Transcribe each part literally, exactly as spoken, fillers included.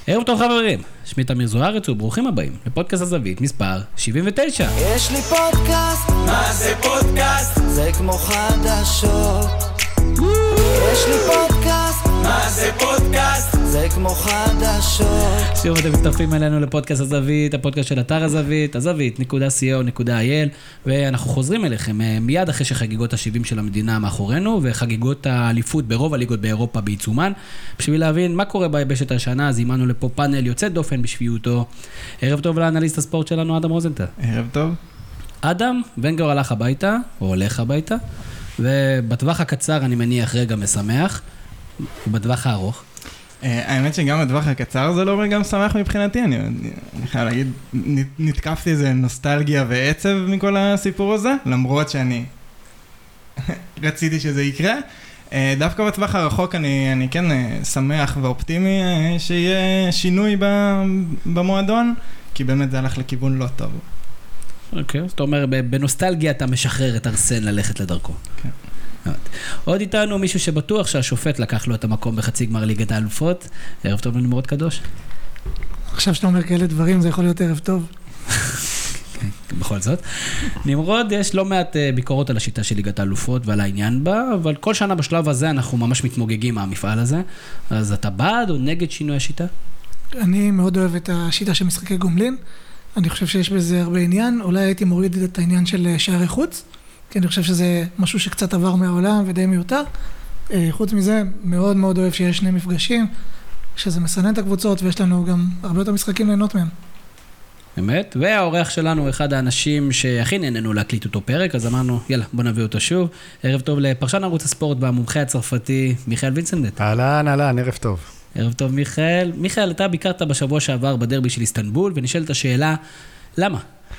ערב טוב חברים, שמי תמיר זוארץ וברוכים הבאים לפודקאסט הזווית מספר שבעים ותשע. יש לי פודקאסט, מה זה פודקאסט? זה כמו חדשות. יש לי פודקאסט, מה זה פודקאסט? זה כמו חדשות. שוב אתם מצטרפים אלינו לפודקאסט הזווית, הפודקאסט של אתר הזווית, הזווית נקודה סי או נקודה איי אל, ואנחנו חוזרים אליכם מיד אחרי שחגיגות ה-שבעים של המדינה מאחורינו, וחגיגות האליפות ברוב הליגות באירופה בעיצומן. בשביל להבין מה קורה ביבשת השנה, זימנו לפה פאנל יוצא דופן בשביעותו. ערב טוב לאנליסט הספורט שלנו, אדם רוזנטל. ערב טוב. אדם, ונגר הלך הביתה, או הולך הביתה, ובטווח הקצר אני מניח רגע משמח, ובטווח הארוך. האמת שגם בטווח הקצר זה לא רגע משמח מבחינתי, אני חייב להגיד, נתקפתי איזה נוסטלגיה ועצב מכל הסיפור הזה, למרות שאני רציתי שזה יקרה. דווקא בטווח הרחוק אני, אני כן שמח ואופטימי שיהיה שינוי במועדון, כי באמת זה הלך לכיוון לא טוב. אוקיי, זאת אומרת, בנוסטלגיה אתה משחרר את ארסן ללכת לדרכו. כן. עוד איתנו מישהו שבטוח שהשופט לקח לו את המקום בחצי גמר ליגת האלופות. ערב טוב לנמרוד קדוש. עכשיו שאתה אומר כאלה דברים, זה יכול להיות ערב טוב. בכל זאת. נמרוד, יש לא מעט ביקורות על השיטה של ליגת האלופות ועל העניין בה, אבל כל שנה בשלב הזה אנחנו ממש מתמוגגים מהמפעל הזה. אז אתה בעד או נגד שינוי השיטה? אני מאוד אוהב את השיטה של משחקי גומלין. אני חושב שיש בזה הרבה עניין. אולי הייתי מוריד את העניין של שערי חוץ, כי אני חושב שזה משהו שקצת עבר מהעולם ודי מיותר. חוץ מזה, מאוד מאוד אוהב שיש שני מפגשים, שזה מסנן את הקבוצות, ויש לנו גם הרבה יותר משחקים ליהנות מהם. באמת, והאורח שלנו הוא אחד האנשים שהכי נהנינו להקליט אותו פרק, אז אמרנו, יאללה, בוא נביא אותו שוב. ערב טוב לפרשן ערוץ הספורט והמומחה הצרפתי, מיכאל וינסנדט. אהלן, אהלן, ערב טוב. ערב טוב, מיכאל. מיכאל, אתה ביקרת בשבוע שעבר בדרבי של איסטנבול, ונשאלת השאלה, למה?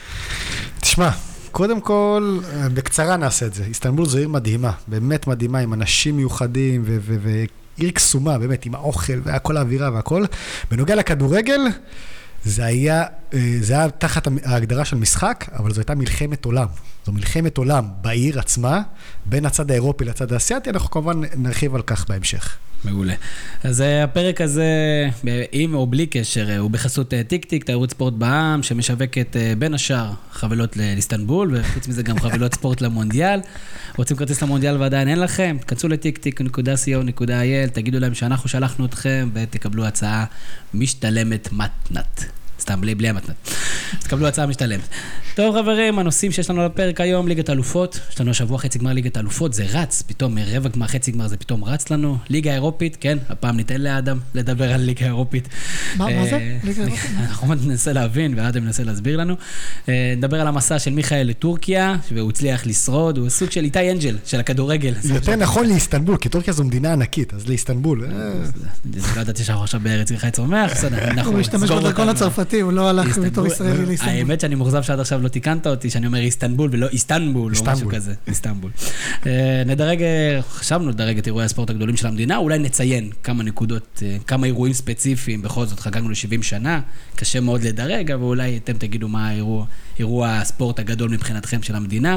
תשמע, קודם כל, בקצרה נעשה את זה. איסטנבול זו עיר מדהימה, באמת מדהימה, עם אנשים מיוחדים, ועיר קסומה, באמת, עם האוכל, והכל האווירה והכל. בנוגע לכדורגל, זה היה, זה היה תחת ההגדרה של משחק, אבל זו הייתה מלחמת עולם. זו מלחמת עולם בעיר עצמה, בין הצד האירופי לצד האסייתי, אנחנו כמובן נרחיב על כך בהמשך. מעולה. אז הפרק הזה, עם או בלי קשר, הוא בחסות טיק טיק, תיירות ספורט בעם, שמשווקת בין השאר חבילות לאיסטנבול, וחוץ מזה גם חבילות ספורט למונדיאל. רוצים כרטיס למונדיאל ועדיין אין לכם? תכנסו לטיק טיק נקודה סי או נקודה איי אל, תגידו להם שאנחנו שלחנו אתכם, ותקבלו הצעה משתלמת מתנת. סתם, בלי, בלי המתנת. אז תקבלו הצעה משתלמת. טוב חברים, הנושאים שיש לנו לפרק היום, ליגת האלופות. יש לנו השבוע חצי גמר ליגת האלופות, זה רץ, פתאום רבע גמר חצי גמר זה פתאום רץ לנו. ליגה אירופית, כן, הפעם ניתן לאדם לדבר על ליגה אירופית. מה, מה זה? ליגה אירופית? אנחנו ננסה להבין, ואדם ננסה להסביר לנו. נדבר על המסע של מיכאל לטורקיה, והוא הצליח לשרוד, הוא סוג של איתי אנג'ל, של הכדורגל. יותר נכון לאיסטנבול, כי טורקיה זו מדינה ענקית, אז לאיסטנבול. לא ידעתי שאנחנו עכשיו בארץ חי צומח, הוא משתמש בדרכון הצרפתי, הוא לא הלך בתור ישראלי לאיסטנבול. האמת שאני מוחזב שעד עכשיו לא תיקנת אותי, שאני אומר איסטנבול ולא איסטנבול, או משהו כזה, איסטנבול. נדרג, חשבנו לדרג את אירועי הספורט הגדולים של המדינה, אולי נציין כמה נקודות, כמה אירועים ספציפיים, בכל זאת חגגנו ל-שבעים שנה, קשה מאוד לדרג, אבל אולי אתם תגידו מה האירוע, אירוע הספורט הגדול מבחינתכם של המדינה,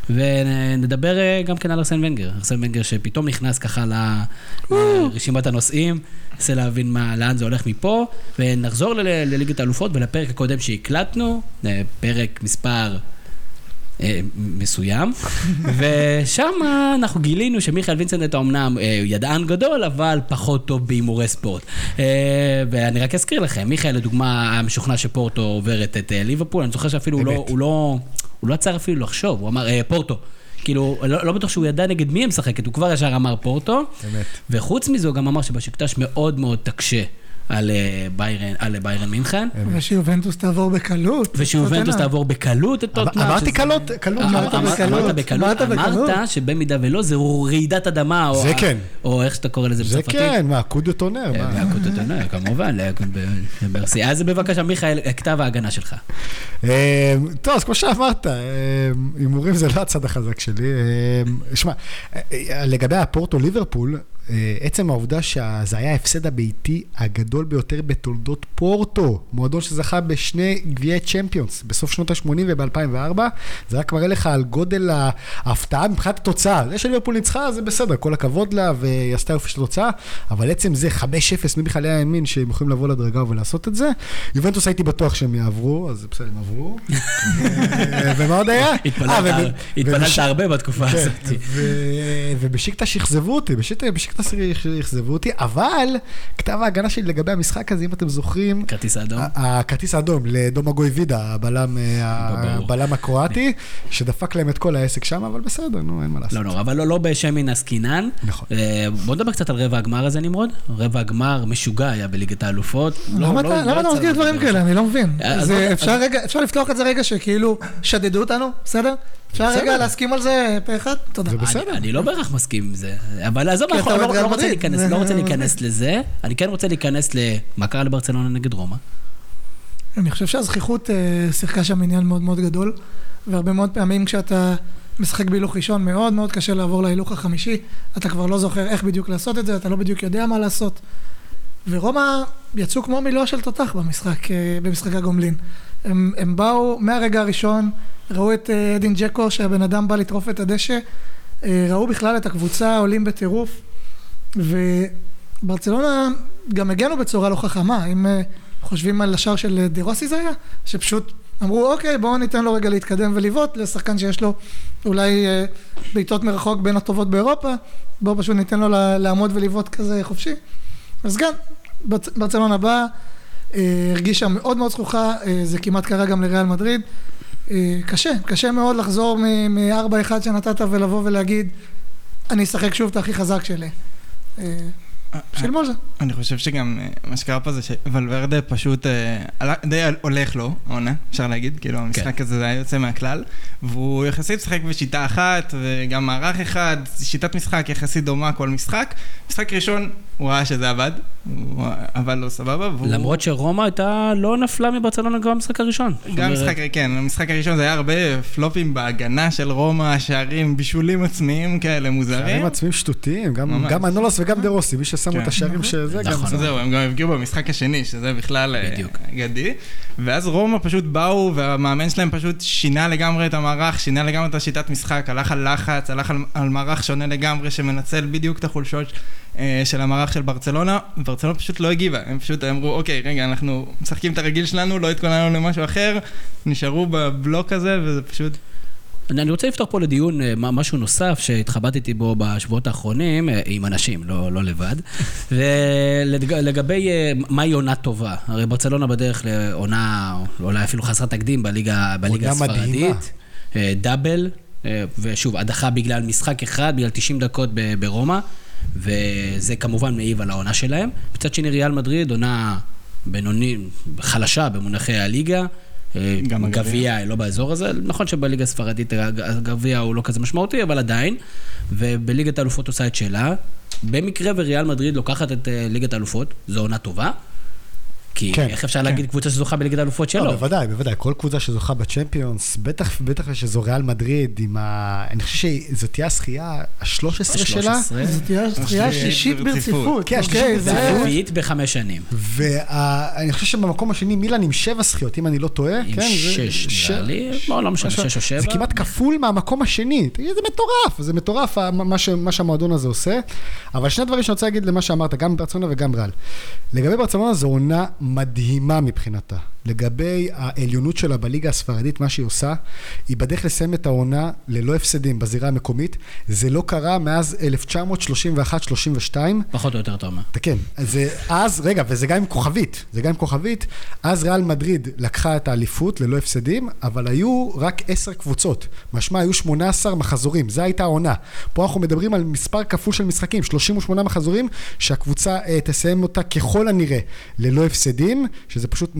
ונדבר גם כן על ארסן ונגר, ארסן ונגר שפתאום נכנס ככה לרשימת הנושאים, ננסה להבין מה, לאן זה הולך מפה, ונחזור לליגת האלופות ולפרק הקודם שהקלטנו, פרק מספר אה, מסוים, ושם אנחנו גילינו שמיכאל וינסנדט האומנם אה, ידען גדול, אבל פחות טוב באימורי ספורט. אה, ואני רק אזכיר לכם, מיכאל לדוגמה המשוכנע שפורטו עוברת את אה, ליברפול, אני זוכר שאפילו הוא לא, הוא לא, הוא לא עצר אפילו לחשוב, הוא אמר אה, פורטו. כאילו, לא, לא בטוח שהוא ידע נגד מי הם משחקת, הוא כבר ישר אמר פורטו, באמת. וחוץ מזה הוא גם אמר שבשקטש מאוד מאוד תקשה על ביירן, על ביירן מינכן. ושיובנטוס תעבור בקלות. ושיובנטוס תעבור בקלות את טוטנהאם. אמרתי קלות, קלות. אמרת בקלות, אמרת שבמידה ולא, זה רעידת אדמה. זה כן. או איך שאתה קורא לזה בצרפתית. זה כן, מה, קודיו טונר. מה, קודיו טונר, כמובן. אז בבקשה, מיכאל, כתב ההגנה שלך. טוב, אז כמו שאמרת, הימורים זה לא הצד החזק שלי. שמע, לגבי הפורטו ליברפול, עצם העובדה שזה היה ההפסד הביתי הגדול ביותר בתולדות פורטו, מועדון שזכה בשני גביעי צ'מפיונס, בסוף שנות ה-שמונים וב-אלפיים וארבע, זה רק מראה לך על גודל ההפתעה מבחינת התוצאה. זה שליברפול ניצחה, זה בסדר, כל הכבוד לה, והיא עשתה יופי של התוצאה, אבל עצם זה חמש אפס, מי בכלל היה האמין שהם יכולים לבוא לדרגה ולעשות את זה. יובנטוס הייתי בטוח שהם יעברו, אז בסדר, הם עברו. ומה עוד היה? התפללת הרבה בתקופה הזאת. ובשיקטש יחזבו אותי, בשיקטש יחזבו אותי, אבל כתב ההגנה שלי לגבי המשחק הזה, אם אתם זוכרים, כרטיס האדום. הכרטיס האדום, לדומגוי וידה, הבלם הקרואטי, שדפק להם את כל העסק שם, אבל בסדר, נו, אין מה לעשות. לא נורא, אבל לא בשם מן עסקינן. נכון. בוא נדבר קצת על רבע הגמר הזה, נמרוד. רבע הגמר משוגע היה בליגת האלופות. למה אתה מזכיר דברים כאלה? אני לא מבין. אפשר לפתוח את זה רגע שכאילו שדדו אותנו, בסדר? אפשר רגע להסכים על זה פה אחד? תודה. אני לא בערך מסכים עם זה, אבל עזוב, לא רוצה להיכנס לזה. אני כן רוצה להיכנס למה קרה לברצלונה נגד רומא. אני חושב שהזכיחות שיחקה שם עניין מאוד מאוד גדול, והרבה מאוד פעמים כשאתה משחק בהילוך ראשון, מאוד מאוד קשה לעבור להילוך החמישי, אתה כבר לא זוכר איך בדיוק לעשות את זה, אתה לא בדיוק יודע מה לעשות. ורומא יצאו כמו מילואה של תותח במשחק, במשחק הגומלין. הם, הם באו מהרגע הראשון, ראו את אדין ג'קו, שהבן אדם בא לטרוף את הדשא, ראו בכלל את הקבוצה, עולים בטירוף, וברצלונה גם הגענו בצורה לא חכמה, אם חושבים על השאר של דירוסי זה היה, שפשוט אמרו, אוקיי, בואו ניתן לו רגע להתקדם ולבעוט, לשחקן שיש לו אולי בעיטות מרחוק בין הטובות באירופה, בואו פשוט ניתן לו לעמוד ולבעוט כזה חופשי. אז גם, ברצלונה באה, הרגישה מאוד מאוד זכוכה, זה כמעט קרה גם לריאל מדריד. קשה, קשה מאוד לחזור מ-ארבע אחד שנתת ולבוא ולהגיד, אני אשחק שוב את הכי חזק שלי. שילמו על זה. אני חושב שגם מה שקרה פה זה שוולברדה פשוט די הולך לו, עונה, אפשר להגיד, כאילו המשחק הזה זה היה יוצא מהכלל, והוא יחסית משחק בשיטה אחת, וגם מערך אחד, שיטת משחק יחסית דומה כל משחק. משחק ראשון הוא ראה שזה עבד, אבל לא סבבה. למרות שרומא הייתה לא נפלה מברצלונה גם במשחק הראשון. גם משחק, כן, המשחק הראשון זה היה הרבה פלופים בהגנה של רומא, שערים בישולים עצמיים כאלה מוזרים. שערים עצמיים שטותיים, גם מנולוס וגם דרוסי, מי ששמו את השערים שזה גם... זהו, הם גם הפגיעו במשחק השני, שזה בכלל גדי. ואז רומא פשוט באו, והמאמן שלהם פשוט שינה לגמרי את המערך, שינה לגמרי את השיטת משחק, הלך על לחץ, הלך על מערך שונה לגמרי, שמנצל בדיוק את החולשות של המערך של ברצלונה. ברצלונה פשוט לא הגיבה, הם פשוט אמרו, אוקיי, רגע, אנחנו משחקים את הרגיל שלנו, לא התכוננו למשהו אחר, נשארו בבלוק הזה, וזה פשוט... אני רוצה לפתוח פה לדיון משהו נוסף שהתחבטתי בו בשבועות האחרונים, עם אנשים, לא, לא לבד, ולגבי מהי עונה טובה. הרי ברצלונה בדרך לעונה, אולי אפילו חסרת תקדים בליגה, בליגה הספרדית, דאבל, ושוב, הדחה בגלל משחק אחד, בגלל תשעים דקות ברומא, וזה כמובן מעיב על העונה שלהם. בצד שני ריאל מדריד, עונה בינוני, חלשה במונחי הליגה, גביע, לא באזור הזה, נכון שבליגה הספרדית הגביע הוא לא כזה משמעותי, אבל עדיין, ובליגת האלופות עושה את שאלה, במקרה וריאל מדריד לוקחת את ליגת האלופות, זו עונה טובה, כי איך אפשר להגיד קבוצה שזוכה בליגת האלופות שלו? בוודאי, בוודאי, כל קבוצה שזוכה בצ'מפיונס, בטח, בטח שזו ריאל מדריד, עם ה... אני חושב שזו תהיה השחייה ה-שלוש עשרה שלה. זו תהיה השחייה השישית ברציפות. כן, זה רביעית בחמש שנים. ואני חושב שבמקום השני מילאן עם שבע שחיות, אם אני לא טועה. עם שש, נראה לי, לא משנה, שש או שבע. זה כמעט כפול מהמקום השני. זה מטורף, זה מטורף מה שהמועדון הזה עושה. אבל שני דברים שאני רוצה להגיד למה שאמרת, גם ברצלונה וגם ריאל. לגבי ברצלונה זו עונה מדהימה מבחינתה. לגבי העליונות שלה בליגה הספרדית, מה שהיא עושה, היא בדרך לסיים את העונה ללא הפסדים בזירה המקומית. זה לא קרה מאז אלף תשע מאות שלושים ואחת שלושים ושתיים. פחות או יותר תאמה. כן. אז, אז, רגע, וזה גם עם כוכבית. זה גם עם כוכבית. אז ריאל מדריד לקחה את האליפות ללא הפסדים, אבל היו רק עשר קבוצות. משמע, היו שמונה עשר מחזורים. זה הייתה העונה. פה אנחנו מדברים על מספר כפול של משחקים, שלושים ושמונה מחזורים, שהקבוצה תסיים אותה ככל הנראה ללא הפסדים, שזה פשוט מדהים מבחינת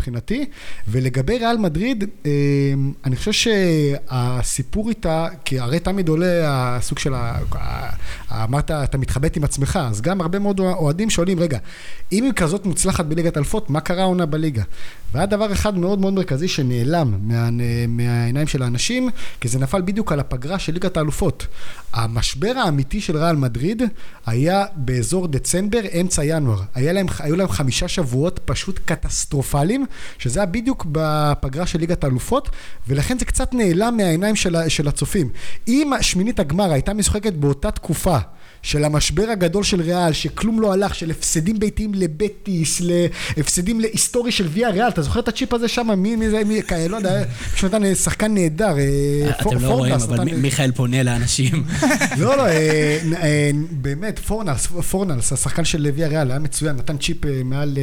מבחינתי, ולגבי ריאל מדריד, אני חושב שהסיפור איתה, כי הרי תמיד עולה הסוג של, אמרת, אתה מתחבט עם עצמך, אז גם הרבה מאוד אוהדים שואלים, רגע, אם היא כזאת מוצלחת בליגת אלפות, מה קרה עונה בליגה? והיה דבר אחד מאוד מאוד מרכזי שנעלם מה, מהעיניים של האנשים, כי זה נפל בדיוק על הפגרה של ליגת האלופות. המשבר האמיתי של ריאל מדריד היה באזור דצמבר, אמצע ינואר. היה להם, היו להם חמישה שבועות פשוט קטסטרופליים, שזה היה בדיוק בפגרה של ליגת האלופות, ולכן זה קצת נעלם מהעיניים של, של הצופים. אם שמינית הגמר הייתה משחקת באותה תקופה, של המשבר הגדול של ריאל, שכלום לא הלך, של הפסדים ביתיים לבטיס, להפסדים להיסטורי של ויה ריאל, אתה זוכר את הצ'יפ הזה שם? מי, מי זה, מי, לא יודע, שנתן שחקן נהדר. אתם לא רואים, אבל מיכאל פונה לאנשים. לא, לא, באמת, פורנלס, פורנלס, השחקן של ויה ריאל, היה מצוין, נתן צ'יפ מעל...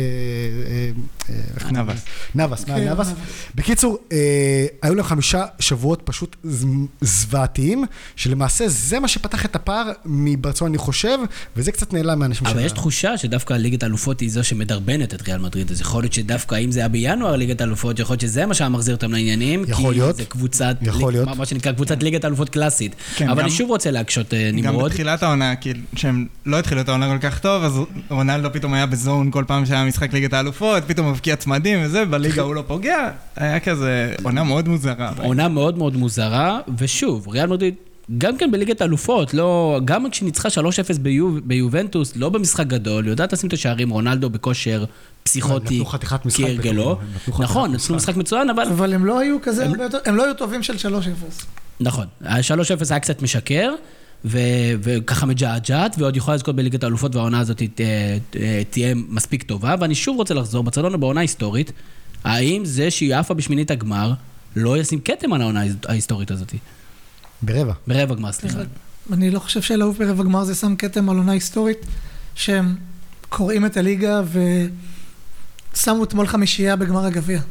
נבס. נבס, מעל נבס. בקיצור, היו להם חמישה שבועות פשוט זוועתיים, שלמעשה זה מה שפתח את הפער מברצלונה, אני חושב, וזה קצת נעלם מהאנשים שלנו. אבל יש תחושה שדווקא ליגת האלופות היא זו שמדרבנת את ריאל מדריד, אז יכול להיות שדווקא אם זה היה בינואר ליגת האלופות, יכול להיות שזה מה שמחזיר אותם לעניינים, כי זה קבוצת, מה שנקרא קבוצת ליגת האלופות קלאסית. אבל אני שוב רוצה להקשות נמרוד. גם בתחילת העונה, שהם לא התחילו את העונה כל כך טוב, אז רונלדו פתאום היה בזון כל פעם שהיה משחק ליגת האלופות, פתאום מבקיע צמדים וזה, בליגה הוא לא פוגע. היה כזה עונה מאוד מוזרה. עונה מאוד מאוד מוזרה, ושוב, ריאל מדריד גם כן בליגת האלופות, לא, גם כשניצחה שלוש אפס ביו, ביובנטוס, לא במשחק גדול, יודעת לשים את השערים, רונלדו בכושר פסיכוטי, נתנו חתיכת משחק. כהרגלו. נכון, נתנו משחק מצוין, אבל... אבל הם לא היו כזה, הם, הם לא היו טובים של שלוש אפס. נכון, שלוש אפס היה קצת משקר, ו, וככה מג'עג'עת, ועוד יכולה לזכות בליגת האלופות, והעונה הזאת תהיה מספיק טובה, ואני שוב רוצה לחזור, ברצלונה בעונה היסטורית, האם זה שהיא עפה בשמינית הגמר, לא ישים כתם על העונה ההיסטורית הזאת? ברבע. ברבע גמר, סליחה. אני לא חושב שלעוף ברבע גמר זה שם כתם על עונה היסטורית, שהם קוראים את הליגה ושמו אתמול חמישייה בגמר הגביע.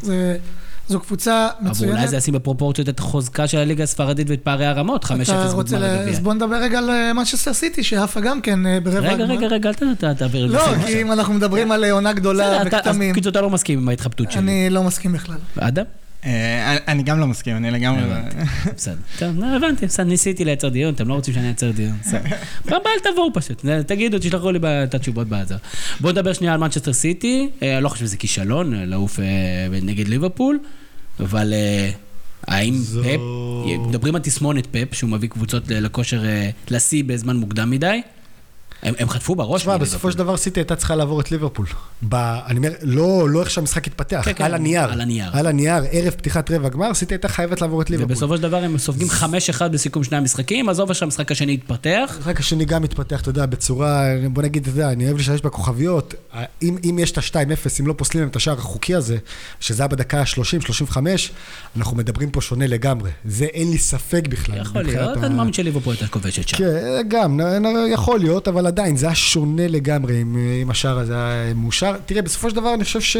זו קבוצה מצוינת. אבל אולי זה ישים בפרופורציות את החוזקה של הליגה הספרדית ואת פערי הרמות, חמש אפס בגמר הגביע. אז בוא נדבר רגע על מנצ'סטר סיטי, שעפה גם כן ברבע הגמר. רגע, רגע, רגע, אל תעביר. לא, כי אם אנחנו מדברים על עונה גדולה וכתמים. אז אתה לא מסכים עם ההתחבטות שלי. אני לא מסכים בכלל. אדם? אני גם לא מסכים, אני לגמרי... בסדר, טוב, הבנתי, בסדר, ניסיתי לייצר דיון, אתם לא רוצים שאני אייצר דיון. פעם אל תבואו פשוט, תגידו, תשלחו לי את התשובות בעזר. בואו נדבר שנייה על מנצ'סטר סיטי, אני לא חושב שזה כישלון, לעוף נגד ליברפול, אבל האם פפ, מדברים על תסמונת פפ, שהוא מביא קבוצות לכושר לשיא בזמן מוקדם מדי, הם, הם חטפו בראש. תשמע, בסופו של דבר סיטי הייתה צריכה לעבור את ליברפול. אני אומר, לא, לא איך שהמשחק התפתח, כן, על הנייר. על הנייר. על הנייר, ערב פתיחת רבע גמר, סיטי הייתה חייבת לעבור את ליברפול. ובסופו של דבר הם סופגים חמש אחד בסיכום שני המשחקים, אז עובר שהמשחק השני התפתח. המשחק השני גם התפתח, אתה יודע, בצורה, בוא נגיד, אתה יודע, אני אוהב לשלש בכוכביות, אם, אם יש את ה-שתיים אפס, אם לא פוסלים את השער החוקי הזה, שזה היה בדקה שלושים שלושים וחמש, אנחנו מדברים פה שונה לגמרי. זה אין לי ספק בכלל. יכול להיות, אני מאמין שליברפול הייתה כובשת שם. כן, גם, יכול להיות, אבל עדיין, זה היה שונה לגמרי עם, עם השער הזה מאושר. תראה, בסופו של דבר אני חושב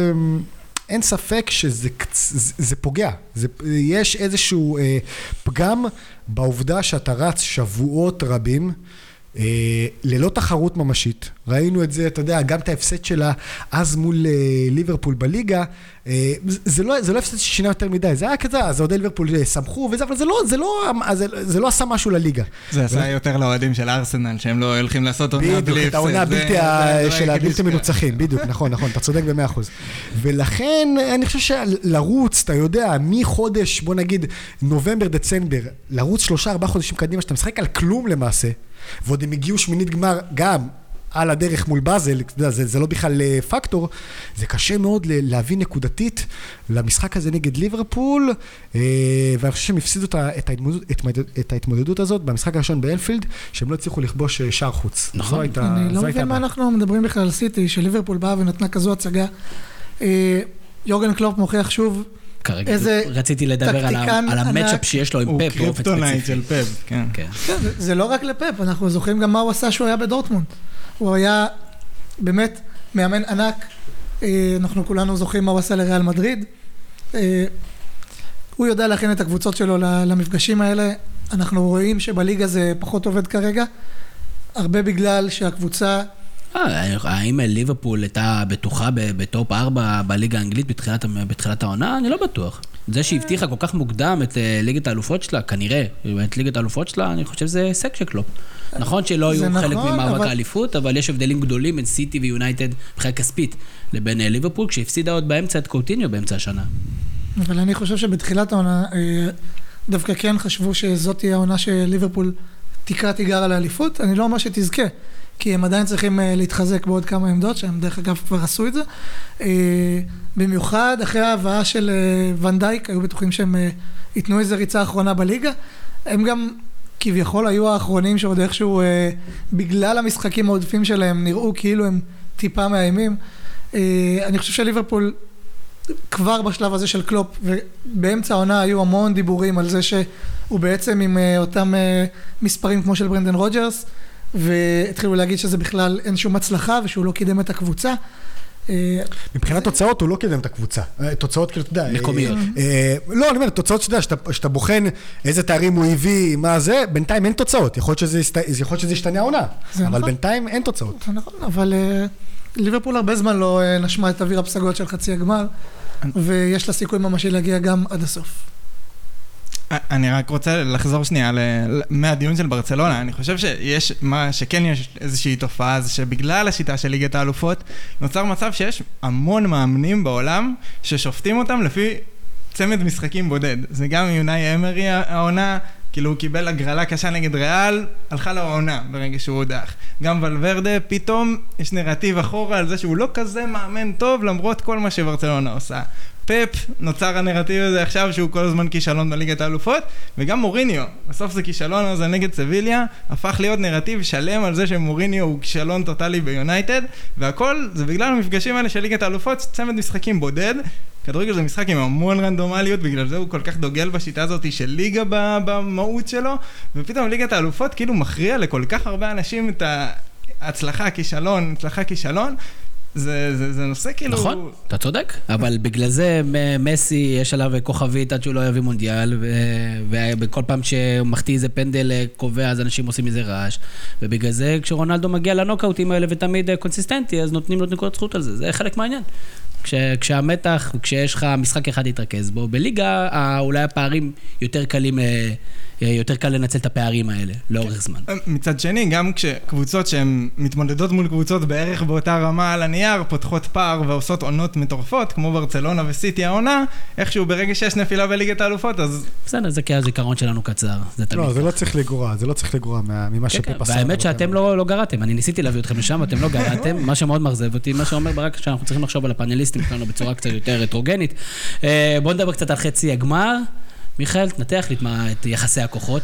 שאין ספק שזה זה, זה פוגע. זה, יש איזשהו אה, פגם בעובדה שאתה רץ שבועות רבים, אה, ללא תחרות ממשית. ראינו את זה, אתה יודע, גם את ההפסד שלה אז מול אה, ליברפול בליגה, אה, זה לא, זה לא הפסד ששינה יותר מדי, זה היה כזה, אז אוהדי ליברפול סמכו וזה, אבל זה לא, זה לא, זה, זה לא עשה משהו לליגה. זה עשה יותר לאוהדים של ארסנל, שהם לא הולכים לעשות עונה בלי הפסד. בדיוק, את העונה של הבלתי מנוצחים, בדיוק, נכון, נכון, אתה צודק ב-מאה אחוז. ולכן, אני חושב שלרוץ, אתה יודע, מחודש, בוא נגיד, נובמבר, דצמבר, לרוץ שלושה, ארבעה חודשים קדימה, שאתה משחק על כלום למעשה, ועוד הם הגיעו שמינית גמר גם על הדרך מול באזל, זה, זה לא בכלל פקטור, זה קשה מאוד להביא נקודתית למשחק הזה נגד ליברפול, ואני חושב שהם הפסידו את ההתמודדות, את ההתמודדות הזאת במשחק הראשון באנפילד, שהם לא הצליחו לכבוש שער חוץ. נכון. אני לא מבין מה אנחנו מדברים בכלל על סיטי, שליברפול באה ונתנה כזו הצגה. יורגן קלופ מוכיח שוב כרגע, רציתי לדבר על המצ'אפ שיש לו עם פפ. הוא קריפטונייט של פפ, כן. זה לא רק לפפ, אנחנו זוכרים גם מה הוא עשה שהוא היה בדורטמונד. הוא היה באמת מאמן ענק, אנחנו כולנו זוכרים מה הוא עשה לריאל מדריד. הוא יודע להכין את הקבוצות שלו למפגשים האלה. אנחנו רואים שבליגה זה פחות עובד כרגע, הרבה בגלל שהקבוצה האם ליברפול הייתה בטוחה בטופ ארבע בליגה האנגלית בתחילת העונה? אני לא בטוח. זה שהבטיחה כל כך מוקדם את ליגת האלופות שלה, כנראה, את ליגת האלופות שלה, אני חושב שזה הישג של קלופ. נכון שלא היו חלק ממאבק האליפות, אבל יש הבדלים גדולים בין סיטי ויונייטד מבחינה כספית לבין ליברפול, כשהפסידה עוד באמצע את קוטיניו באמצע השנה. אבל אני חושב שבתחילת העונה, דווקא כן חשבו שזאת תהיה העונה של ליברפול תקרא תיגר על האליפות. אני לא אומר שתזכה, כי הם עדיין צריכים להתחזק בעוד כמה עמדות, שהם דרך אגב כבר עשו את זה. במיוחד אחרי ההבאה של ון דייק, היו בטוחים שהם ייתנו איזו ריצה האחרונה בליגה. הם גם כביכול היו האחרונים שעוד איכשהו, בגלל המשחקים העודפים שלהם, נראו כאילו הם טיפה מאיימים. אני חושב שליברפול כבר בשלב הזה של קלופ, ובאמצע העונה היו המון דיבורים על זה שהוא בעצם עם אותם מספרים כמו של ברנדן רוג'רס, והתחילו להגיד שזה בכלל אין שום הצלחה, ושהוא לא קידם את הקבוצה. מבחינת תוצאות הוא לא קידם את הקבוצה. תוצאות כאילו, אתה יודע. מקומיות. לא, אני אומר, תוצאות שאתה, שאתה בוחן איזה תארים הוא הביא, מה זה, בינתיים אין תוצאות. יכול להיות שזה ישתנה העונה, אבל בינתיים אין תוצאות. נכון, אבל ליברפול הרבה זמן לא נשמע את אוויר הפסגות של חצי הגמר, ויש לה סיכוי ממשי להגיע גם עד הסוף. אני רק רוצה לחזור שנייה מהדיון של ברצלונה. אני חושב שיש מה שכן יש איזושהי תופעה, זה שבגלל השיטה של ליגת האלופות נוצר מצב שיש המון מאמנים בעולם ששופטים אותם לפי צמד משחקים בודד. זה גם יונאי אמרי העונה, כאילו הוא קיבל הגרלה קשה נגד ריאל, הלכה לו העונה ברגע שהוא הודח. גם ולוורדה, פתאום יש נרטיב אחורה על זה שהוא לא כזה מאמן טוב למרות כל מה שברצלונה עושה. פפ, נוצר הנרטיב הזה עכשיו שהוא כל הזמן כישלון בליגת האלופות, וגם מוריניו, בסוף זה כישלון הזה נגד סביליה, הפך להיות נרטיב שלם על זה שמוריניו הוא כישלון טוטלי ביונייטד, והכל זה בגלל המפגשים האלה של ליגת האלופות, צמד משחקים בודד, כדורגל זה משחק עם המון רנדומליות, בגלל זה הוא כל כך דוגל בשיטה הזאת של ליגה במהות שלו, ופתאום ליגת האלופות כאילו מכריע לכל כך הרבה אנשים את ההצלחה, כישלון, הצלחה, כישלון, זה, זה, זה נושא כאילו... נכון, אתה צודק, אבל בגלל זה מסי יש עליו כוכבית עד שהוא לא יביא מונדיאל, ובכל פעם שהוא מחטיא איזה פנדל קובע, אז אנשים עושים איזה רעש, ובגלל זה כשרונלדו מגיע לנוקאוטים האלה ותמיד קונסיסטנטי, אז נותנים לו נקודות זכות על זה, זה חלק מהעניין. כש, כשהמתח, כשיש לך משחק אחד להתרכז בו, בליגה אולי הפערים יותר קלים, יותר קל לנצל את הפערים האלה, לאורך זמן. מצד שני, גם כשקבוצות שהן מתמודדות מול קבוצות בערך באותה רמה על הנייר, פותחות פער ועושות עונות מטורפות, כמו ברצלונה וסיטי העונה, איכשהו ברגע שיש נפילה בליגת האלופות, אז... בסדר, זה כי הזיכרון שלנו קצר. לא, זה לא צריך לגרוע, זה לא צריך לגרוע ממה שפפ עשה. והאמת שאתם לא גרעתם, אני ניסיתי להביא אתכם לשם, אתם לא גרעתם, מה שמאוד מרזב אותי, מה שאומר ברק שאנחנו צריכים לחשוב על הפאנליסטים שלנו בצורה קצת יותר הטרוגנית. בואו נדבר קצת על חצי הגמר. מיכאל, תנתח לי את יחסי הכוחות.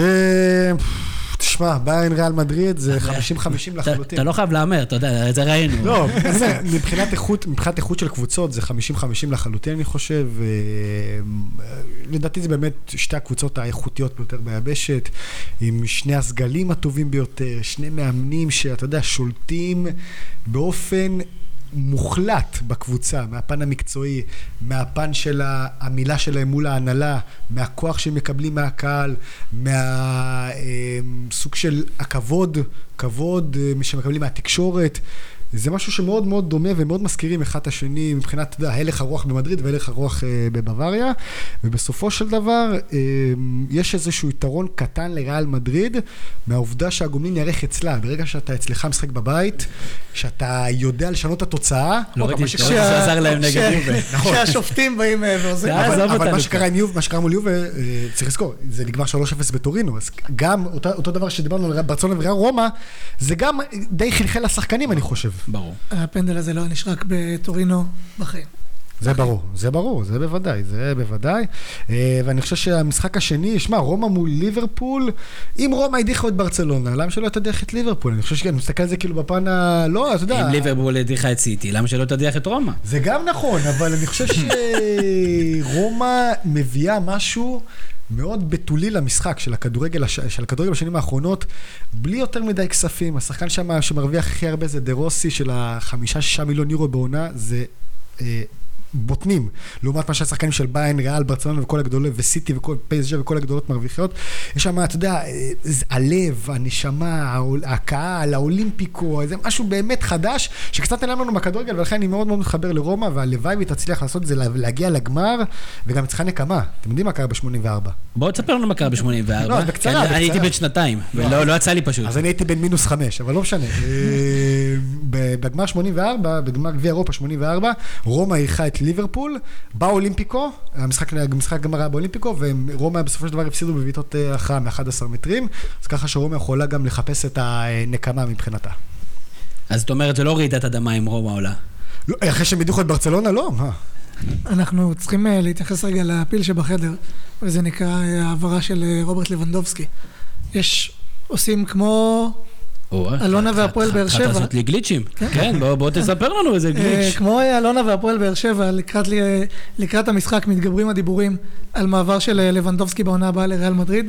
תשמע, ביירן ריאל מדריד זה חמישים חמישים לחלוטין. אתה לא חייב לאמר, אתה יודע, זה ראינו. לא, מבחינת איכות, מבחינת איכות של קבוצות זה חמישים חמישים לחלוטין, אני חושב. לדעתי זה באמת שתי הקבוצות האיכותיות ביותר ביבשת, עם שני הסגלים הטובים ביותר, שני מאמנים שאתה יודע, שולטים באופן מוחלט בקבוצה, מהפן המקצועי, מהפן של המילה שלהם מול ההנהלה, מהכוח שהם מקבלים מהקהל, מהסוג של הכבוד, כבוד שמקבלים מהתקשורת. זה משהו שמאוד מאוד דומה ומאוד מזכירים אחד השני מבחינת הלך הרוח במדריד והלך הרוח בבווריה, ובסופו של דבר יש איזשהו יתרון קטן לריאל מדריד מהעובדה שהגומלין יערך אצלה. ברגע שאתה אצלך משחק בבית, שאתה יודע לשנות את התוצאה, לא ראיתי שעזר להם נגד יובה. שהשופטים באים ועוזרים. אבל מה שקרה עם יובה, מה שקרה מול יובה, צריך לזכור, זה נגמר שלוש אפס בטורינו, אז גם אותו דבר שדיברנו על ברצלונה וריאל רומא, זה גם די חלחל לשחקנים, אני חושב. ברור. הפנדל הזה לא נשרק בטורינו בחיים. זה ברור, זה ברור, זה בוודאי, זה בוודאי. ואני חושב שהמשחק השני, שמע, רומא מול ליברפול, אם רומא הדיחה את ברצלונה, למה שלא תדיח את ליברפול? אני חושב שאני מסתכל על זה כאילו בפן ה... לא, אתה יודע... אם ליברפול הדיחה את סיטי, למה שלא תדיח את רומא? זה גם נכון, אבל אני חושב שרומא מביאה משהו מאוד בתולי למשחק של הכדורגל, של הכדורגל בשנים האחרונות, בלי יותר מדי כספים. השחקן שם שמרוויח הכי הרבה זה דרוסי של החמישה, שישה מיליון יורו בעונה, זה בוטנים, לעומת מה שהשחקנים של ביין, ריאל, ברצלונה וכל הגדולות, וסיטי וכל פייסג'ה וכל הגדולות מרוויחיות. יש שם, אתה יודע, הלב, הנשמה, הקהל, האולימפיקו, זה משהו באמת חדש, שקצת נעלם לנו בכדורגל, ולכן אני מאוד מאוד מתחבר לרומא, והלוואי ותצליח לעשות את זה, להגיע לגמר, וגם צריכה נקמה. אתם יודעים מה קרה ב-שמונים וארבע? בואו תספר לנו מה קרה ב-שמונים וארבע. לא, בקצרה, אני הייתי בן שנתיים, ולא יצא לי פשוט. אז אני הייתי בן מינוס חמש, אבל לא משנה. בגמר שמונים וארבע, בגמר גביע אירופה שמונים וארבע, רומא אירחה את ליברפול, באולימפיקו, המשחק, המשחק גמר היה באולימפיקו, ורומא בסופו של דבר הפסידו בביתות הכרעה מ-אחד עשר מטרים, אז ככה שרומא יכולה גם לחפש את הנקמה מבחינתה. אז זאת אומרת, זה לא רעידת אדמה עם רומא עולה. לא, אחרי שהם הדיחו את ברצלונה, לא, מה? התחלת לעשות לי גליצ'ים. כן, בוא תספר לנו איזה גליץ'. כמו אלונה והפועל באר שבע, לקראת המשחק מתגברים הדיבורים על מעבר של לבנדובסקי בעונה הבאה לריאל מדריד.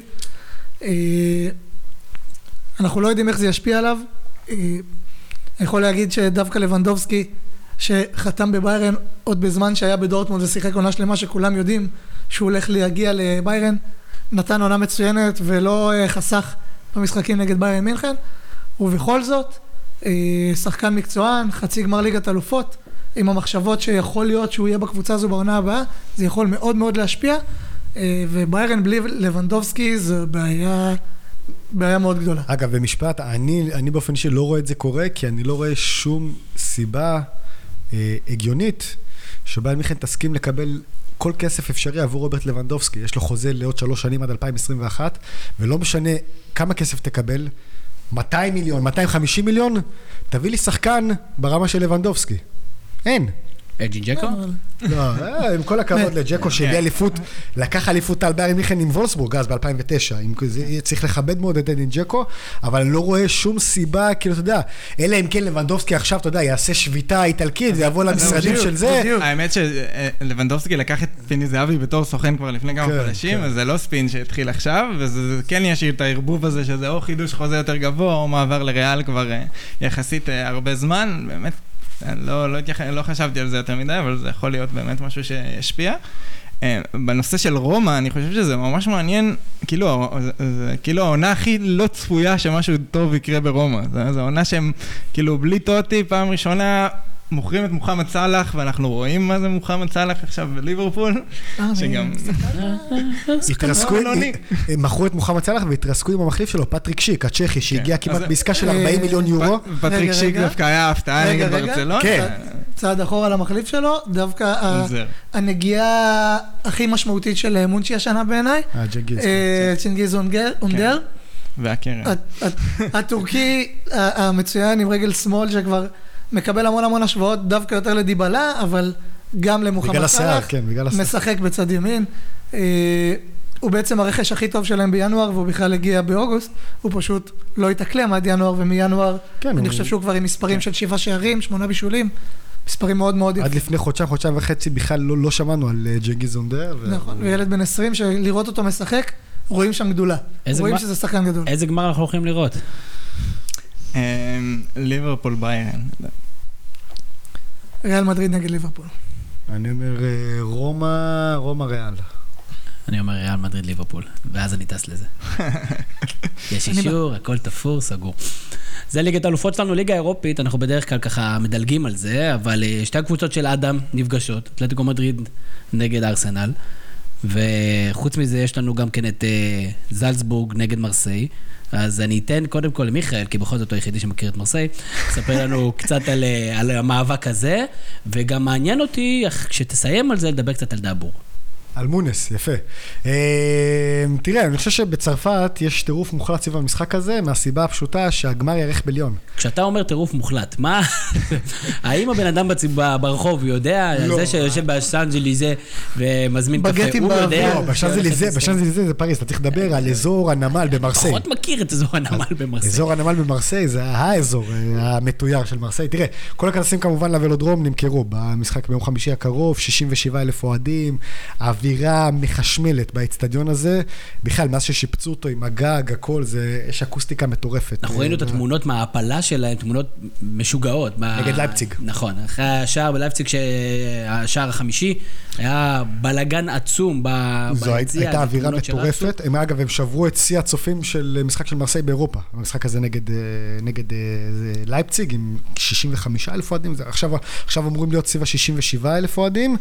אנחנו לא יודעים איך זה ישפיע עליו. אני יכול להגיד שדווקא לבנדובסקי, שחתם בביירן עוד בזמן שהיה בדורטמונד ושיחק עונה שלמה שכולם יודעים שהוא הולך להגיע לביירן, נתן עונה מצוינת ולא חסך במשחקים נגד ביירן מינכן, ובכל זאת, שחקן מקצוען, חצי גמר ליגת אלופות, עם המחשבות שיכול להיות שהוא יהיה בקבוצה הזו בעונה הבאה, זה יכול מאוד מאוד להשפיע, וביירן בלי לבנדובסקי זו בעיה, בעיה מאוד גדולה. אגב, במשפט, אני, אני באופן אישי לא רואה את זה קורה, כי אני לא רואה שום סיבה אה, הגיונית, שביירן מינכן תסכים לקבל כל כסף אפשרי עבור רוברט לבנדובסקי. יש לו חוזה לעוד שלוש שנים עד אלפיים עשרים ואחת, ולא משנה כמה כסף תקבל, מאתיים מיליון, מאתיים וחמישים מיליון, תביא לי שחקן ברמה של לבנדובסקי. אין. אג'ין ג'קו? לא, עם כל הכבוד לג'קו שהביא אליפות, לקח אליפות על ביירן מינכן עם וולסבורג אז ב-אלפיים ותשע, צריך לכבד מאוד את אג'ין ג'קו, אבל אני לא רואה שום סיבה, כאילו אתה יודע, אלא אם כן לבנדובסקי עכשיו, אתה יודע, יעשה שביתה איטלקית, ויבוא למשרדים של זה. האמת שלבנדובסקי לקח את פיני זהבי בתור סוכן כבר לפני כמה חודשים, אז זה לא ספין שהתחיל עכשיו, וזה כן ישאיר את הערבוב הזה, שזה או חידוש חוזה יותר גבוה, או מעבר לריאל כבר יחסית הרבה זמן, באמת. לא, לא, לא חשבתי על זה יותר מדי, אבל זה יכול להיות באמת משהו שישפיע. בנושא של רומא, אני חושב שזה ממש מעניין, כאילו, זה, כאילו העונה הכי לא צפויה שמשהו טוב יקרה ברומא. זו העונה שהם, כאילו, בלי טוטי, פעם ראשונה, מוכרים את מוחמד סלאח, ואנחנו רואים מה זה מוחמד סלאח עכשיו בליברפול, שגם... התרסקו, הם מכרו את מוחמד סלאח והתרסקו עם המחליף שלו, פטריק שיק, הצ'כי, שהגיע כמעט בעסקה של ארבעים מיליון יורו. פטריק שיק דווקא היה הפתעה נגד ברצלונה. צעד אחורה למחליף שלו, דווקא הנגיעה הכי משמעותית של מונצ'י השנה בעיניי, צ'ינגיז אונדר. והקרן. הטורקי המצוין עם רגל שמאל שכבר מקבל המון המון השוואות, דווקא יותר לדיבלה, אבל גם למוחמד סלאח, משחק בצד ימין. הוא בעצם הרכש הכי טוב שלהם בינואר, והוא בכלל הגיע באוגוסט, הוא פשוט לא התאקלם עד ינואר, ומינואר, אני חושב שהוא כבר עם מספרים של שבעה שערים, שמונה בישולים, מספרים מאוד מאוד יפים. עד לפני חודשיים, חודשיים וחצי, בכלל לא שמענו על ג'נגיז אונדר. נכון, וילד בן עשרים, שלראות אותו משחק, רואים שם גדולה. רואים שזה שחקן גדול. איזה גמר אנחנו הולכים לראות? ליברפול ביירן. ריאל מדריד נגד ליברפול. אני אומר רומא, רומא ריאל. אני אומר ריאל מדריד ליברפול, ואז אני טס לזה. יש אישור, הכל תפור, סגור. זה ליגת האלופות שלנו, ליגה אירופית, אנחנו בדרך כלל ככה מדלגים על זה, אבל שתי הקבוצות של אדם נפגשות, אתלטיקו מדריד נגד ארסנל, וחוץ מזה יש לנו גם כן את זלצבורג נגד מרסיי, אז אני אתן קודם כל למיכאל, כי בכל זאת הוא היחידי שמכיר את מרסיי, ספר לנו קצת על, על המאבק הזה, וגם מעניין אותי, כשתסיים על זה, לדבר קצת על דאבור. על מונס, יפה. תראה, אני חושב שבצרפת יש טירוף מוחלט סביב המשחק הזה, מהסיבה הפשוטה שהגמר יערך בליון. כשאתה אומר טירוף מוחלט, מה? האם הבן אדם ברחוב יודע, זה שיושב בשאנזליזה ומזמין קפה, הוא יודע? לא, בשאנזליזה זה פריז, אתה צריך לדבר על אזור הנמל במרסיי. פחות מכיר את אזור הנמל במרסיי. אזור הנמל במרסיי זה האזור המתויר של מרסיי. תראה, כל הכרטיסים כמובן לוולודרום נמכרו במשחק ביום חמישי הקרוב, שישים ושבעה אלף אוהדים, אווירה מחשמלת באצטדיון הזה, בכלל, מאז ששיפצו אותו עם הגג, הכל, זה, יש אקוסטיקה מטורפת. אנחנו ראינו את התמונות מההפלה שלהם, תמונות משוגעות. נגד לייפציג. נכון, אחרי השער בלייפציג, השער החמישי, היה בלגן עצום ביציאה. זו הייתה אווירה מטורפת. הם אגב, הם שברו את שיא הצופים של משחק של מרסיי באירופה. המשחק הזה נגד, נגד לייפציג, עם שישים וחמישה אלף אוהדים. עכשיו, עכשיו אמורים להיות סביב ה-שישים ושבעה אלף אוהדים,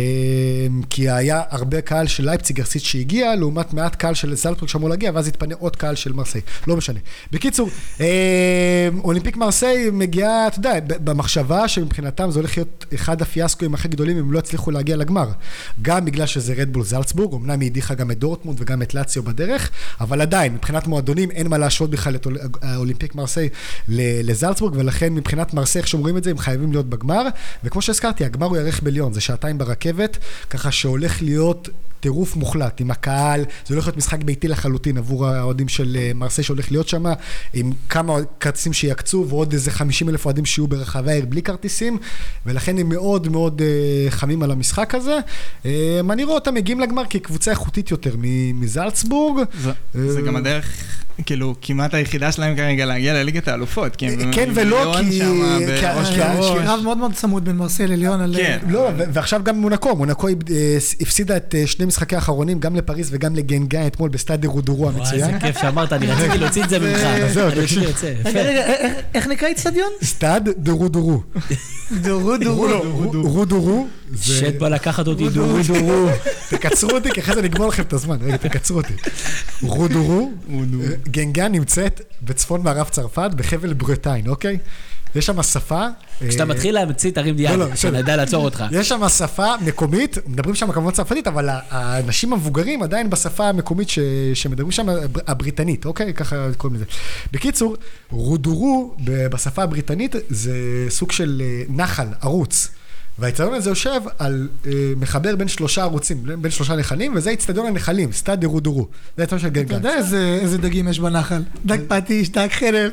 כי היה הרבה קהל של לייפציג יחסית שהגיע, לעומת מעט קהל של זלצבורג שאמור להגיע, ואז התפנה עוד קהל של מרסיי. לא משנה. בקיצור, אולימפיק מרסיי מגיעה, אתה יודע, במחשבה שמבחינתם זה הולך להיות אחד הפיאסקויים הכי גדולים, אם לא הצליחו להגיע לגמר. גם בגלל שזה רדבול זלצבורג, אמנם היא הדיחה גם את דורטמונד וגם את לאציו בדרך, אבל עדיין, מבחינת מועדונים, אין מה להשוות בכלל את אולימפיק מרסיי לזלצבורג, ולכן מבחינת מרסיי, איך שאומרים את זה, הם חייבים להיות בגמר, וכמו שהזכרתי, הגמר הוא יארך בליון, זה שעתיים ברכבת, ככה שהולך להיות טירוף מוחלט עם הקהל, זה הולך להיות משחק ביתי לחלוטין עבור האוהדים של מרסיי שהולך להיות שם, עם כמה כרטיסים שיקצו, ועוד איזה חמישים אלף אוהדים שיהיו ברחבי העיר בלי כרטיסים, ולכן הם מאוד מאוד חמים על המשחק הזה. אני רואה אותם מגיעים לגמר כקבוצה איכותית יותר מזלצבורג. זה גם הדרך, כאילו, כמעט היחידה שלהם כרגע להגיע לליגת האלופות. כן ולא, כי... קרב מאוד מאוד צמוד בין מרסיי לליון. לא, ועכשיו גם מונקו, מונקו הפסידה את שני משחקי האחרונים, גם לפריז וגם לגנגה, אתמול בסטאד דרודורו המצוין. וואי, איזה כיף שאמרת, אני רציתי להוציא את זה ממך. אני רציתי להוציא. איך נקרא אצטדיון? סטאד דרודורו. דרודורו. רודורו. שט בא לקחת אותי דרודורו. תקצרו אותי, כי אחרי זה נגמור לכם את הזמן. רגע, תקצרו אותי. רודורו. גנגה נמצאת בצפון מערב צרפת, בחבל ברטיים, אוקיי? יש שם שפה... כשאתה מתחיל להמציא, תרים דיאד, שאני יודע לעצור אותך. יש שם שפה מקומית, מדברים שם כמובן צרפתית, אבל האנשים המבוגרים עדיין בשפה המקומית שמדברים שם, הבריטנית, אוקיי? ככה קוראים לזה. בקיצור, רודורו בשפה הבריטנית זה סוג של נחל, ערוץ. והאצטדיון הזה יושב על מחבר בין שלושה ערוצים, בין שלושה נחלים, וזה אצטדיון הנחלים, סטאד דרודורו. זה אצטדיון של גנגה. אתה יודע איזה דגים יש בנחל? דג פטיש, דג חרב.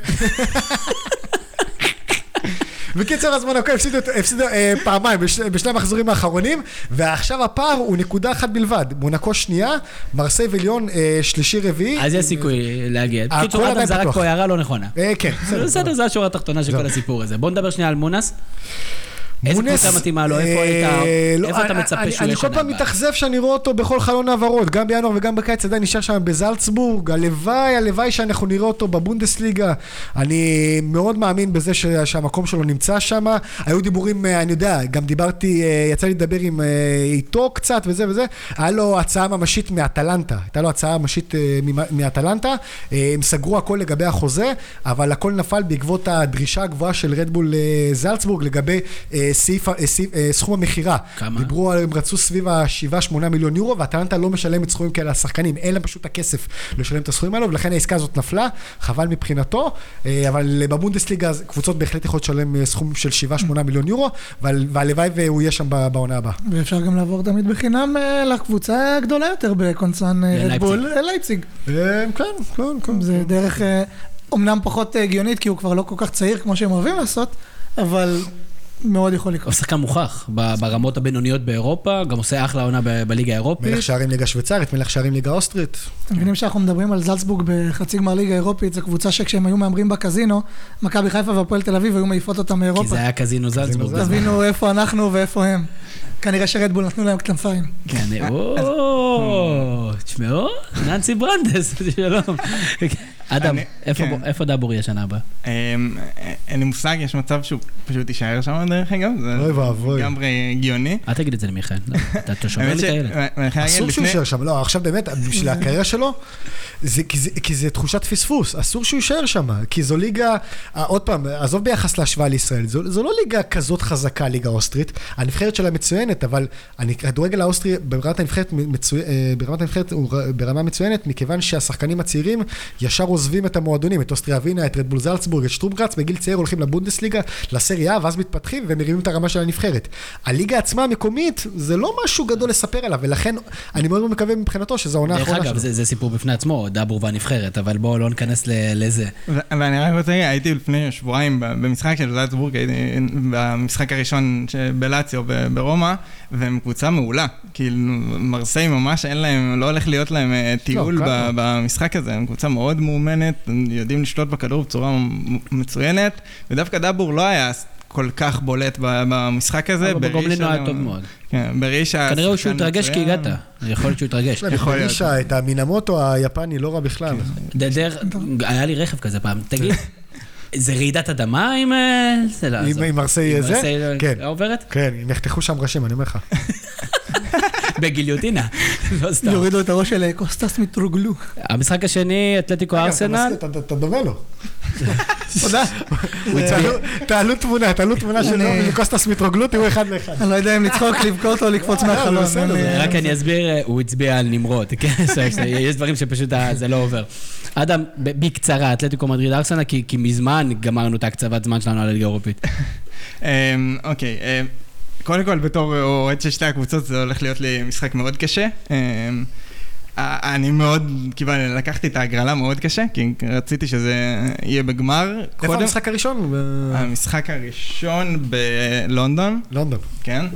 בקיצור, אז מונקו הפסידו פעמיים בשני המחזורים האחרונים, ועכשיו הפער הוא נקודה אחת בלבד. מונקו שנייה, מרסיי וליון שלישי רביעי. אז יש סיכוי להגיד. בקיצור, אדם זרק פה הערה לא נכונה. כן. בסדר, זה השורה התחתונה של כל הסיפור הזה. בואו נדבר שנייה על מונס. איזה קבוצה מתאימה לו? איפה אתה מצפה שהוא ישנה? אני כל פעם מתאכזב שאני רואה אותו בכל חלון העברות, גם בינואר וגם בקיץ עדיין נשאר שם בזלצבורג, הלוואי, הלוואי שאנחנו נראה אותו בבונדסליגה. אני מאוד מאמין בזה שהמקום שלו נמצא שם. היו דיבורים, אני יודע, גם דיברתי, יצא לי לדבר עם איתו קצת וזה וזה. היה לו הצעה ממשית מאטלנטה, הייתה לו הצעה ממשית מאטלנטה. הם סגרו הכל לגבי החוזה, אבל הכל נפל בעקבות הדרישה הגבוהה של רדבול זלצבורג לגבי סעיף, סכום המחירה. כמה? דיברו, הם רצו סביב ה-שבעה שמונה מיליון יורו, והטלנטה לא משלם את סכומים כאלה לשחקנים, אין להם פשוט הכסף לשלם את הסכומים האלו, ולכן העסקה הזאת נפלה, חבל מבחינתו, אבל בבונדסליגה קבוצות בהחלט יכולות לשלם סכום של שבעה שמונה מיליון יורו, והלוואי והוא יהיה שם בעונה הבאה. ואפשר גם לעבור תמיד בחינם לקבוצה הגדולה יותר בקונצרן רדבול, לייפציג. כן, כן, כן. זה דרך אומנם פחות הגיונית, כי הוא כבר לא כל כך צעיר כמו שהם אוהבים לעשות, אבל מאוד יכול לקרות. הוא שחקן מוכח ברמות הבינוניות באירופה, גם עושה אחלה עונה בליגה האירופית. מלך שערים ליגה שוויצרית, מלך שערים ליגה אוסטרית. אתם מבינים שאנחנו מדברים על זלצבורג בחצי גמר ליגה האירופית, זו קבוצה שכשהם היו מאמרים בקזינו, מכבי חיפה והפועל תל אביב היו מעיפות אותם מאירופה. כי זה היה קזינו זלצבורג. תבינו איפה אנחנו ואיפה הם. כנראה שרדבול נתנו להם כתפיים. כן, או, תשמעו, ננסי ברנדס, שלום. אדם, איפה דאבור יהיה שנה הבאה? אין לי מושג, יש מצב שהוא פשוט יישאר שם דרך אגב, זה לגמרי הגיוני. אל תגיד את זה למיכאל, אתה שומר לי את הילד. אסור שהוא יישאר שם, לא, עכשיו באמת, בשביל הקריירה שלו, כי זה תחושת פספוס, אסור שהוא יישאר שם, כי זו ליגה, עוד פעם, עזוב ביחס להשוואה לישראל, זו לא ליגה כזאת חזקה, ליגה אוסטרית, הנבחרת שלה מצוינת, אבל הכדורגל האוסטרי, ברמת הנבחרת ברמת הנבחרת הוא ברמה מצוינת, מכיוון שהשחקנים הצעירים ישר עוזבים את המועדונים, את אוסטריה ווינה, את רדבול זלצבורג, את שטרומגרץ, בגיל צעיר הולכים לבונדסליגה, לסריה, ואז מתפתחים ומרימים את הרמה של הנבחרת. הליגה עצמה המקומית, זה לא משהו גדול לספר עליו, ולכן אני מאוד מקווה מבחינתו שזו העונה האחרונה שלו. דרך אגב, זה סיפור בפני עצמו, דאבור והנבחרת, אבל בואו לא ניכנס לזה. ואני רק רוצה, הייתי לפני שבועיים במשחק של זלצבורג, הייתי במשחק הראשון בלאציו ברומא, והם קבוצה מעולה. כאילו, מרסיי ממש אין להם, לא הולך להיות להם טיול במשחק הזה. הם קבוצה מאוד מאומנת, יודעים לשלוט בכדור בצורה מצוינת, ודווקא דאבור לא היה כל כך בולט במשחק הזה. אבל בגומלין לא היה טוב מאוד. כן, ברישה... כנראה הוא שהוא התרגש כי הגעת. יכול להיות שהוא התרגש. ברישה, את המינמוטו היפני לא רע בכלל. היה לי רכב כזה פעם. תגיד, זה רעידת אדמה עם... עם מרסיי זה? כן. עוברת? כן, הם יחתכו שם ראשים, אני אומר לך. בגיליוטינה. יורידו את הראש של קוסטס מטרוגלו. המשחק השני, אתלטיקו ארסנל. אתה דומה לו. תודה. תעלו תמונה, תעלו תמונה של קוסטס מטרוגלו, תראו אחד לאחד. אני לא יודע אם לצחוק, לבכות או לקפוץ מהחלום. רק אני אסביר, הוא הצביע על נמרוד. יש דברים שפשוט זה לא עובר. אדם, בקצרה, אתלטיקו מדריד ארסנל, כי מזמן גמרנו את הקצבת זמן שלנו על הליגה האירופית. אוקיי. קודם כל, בתור אוהד של שתי הקבוצות, זה הולך להיות לי משחק מאוד קשה. אני מאוד, כאילו, לקחתי את ההגרלה מאוד קשה, כי רציתי שזה יהיה בגמר. איפה המשחק הראשון? המשחק הראשון בלונדון. לונדון. כן.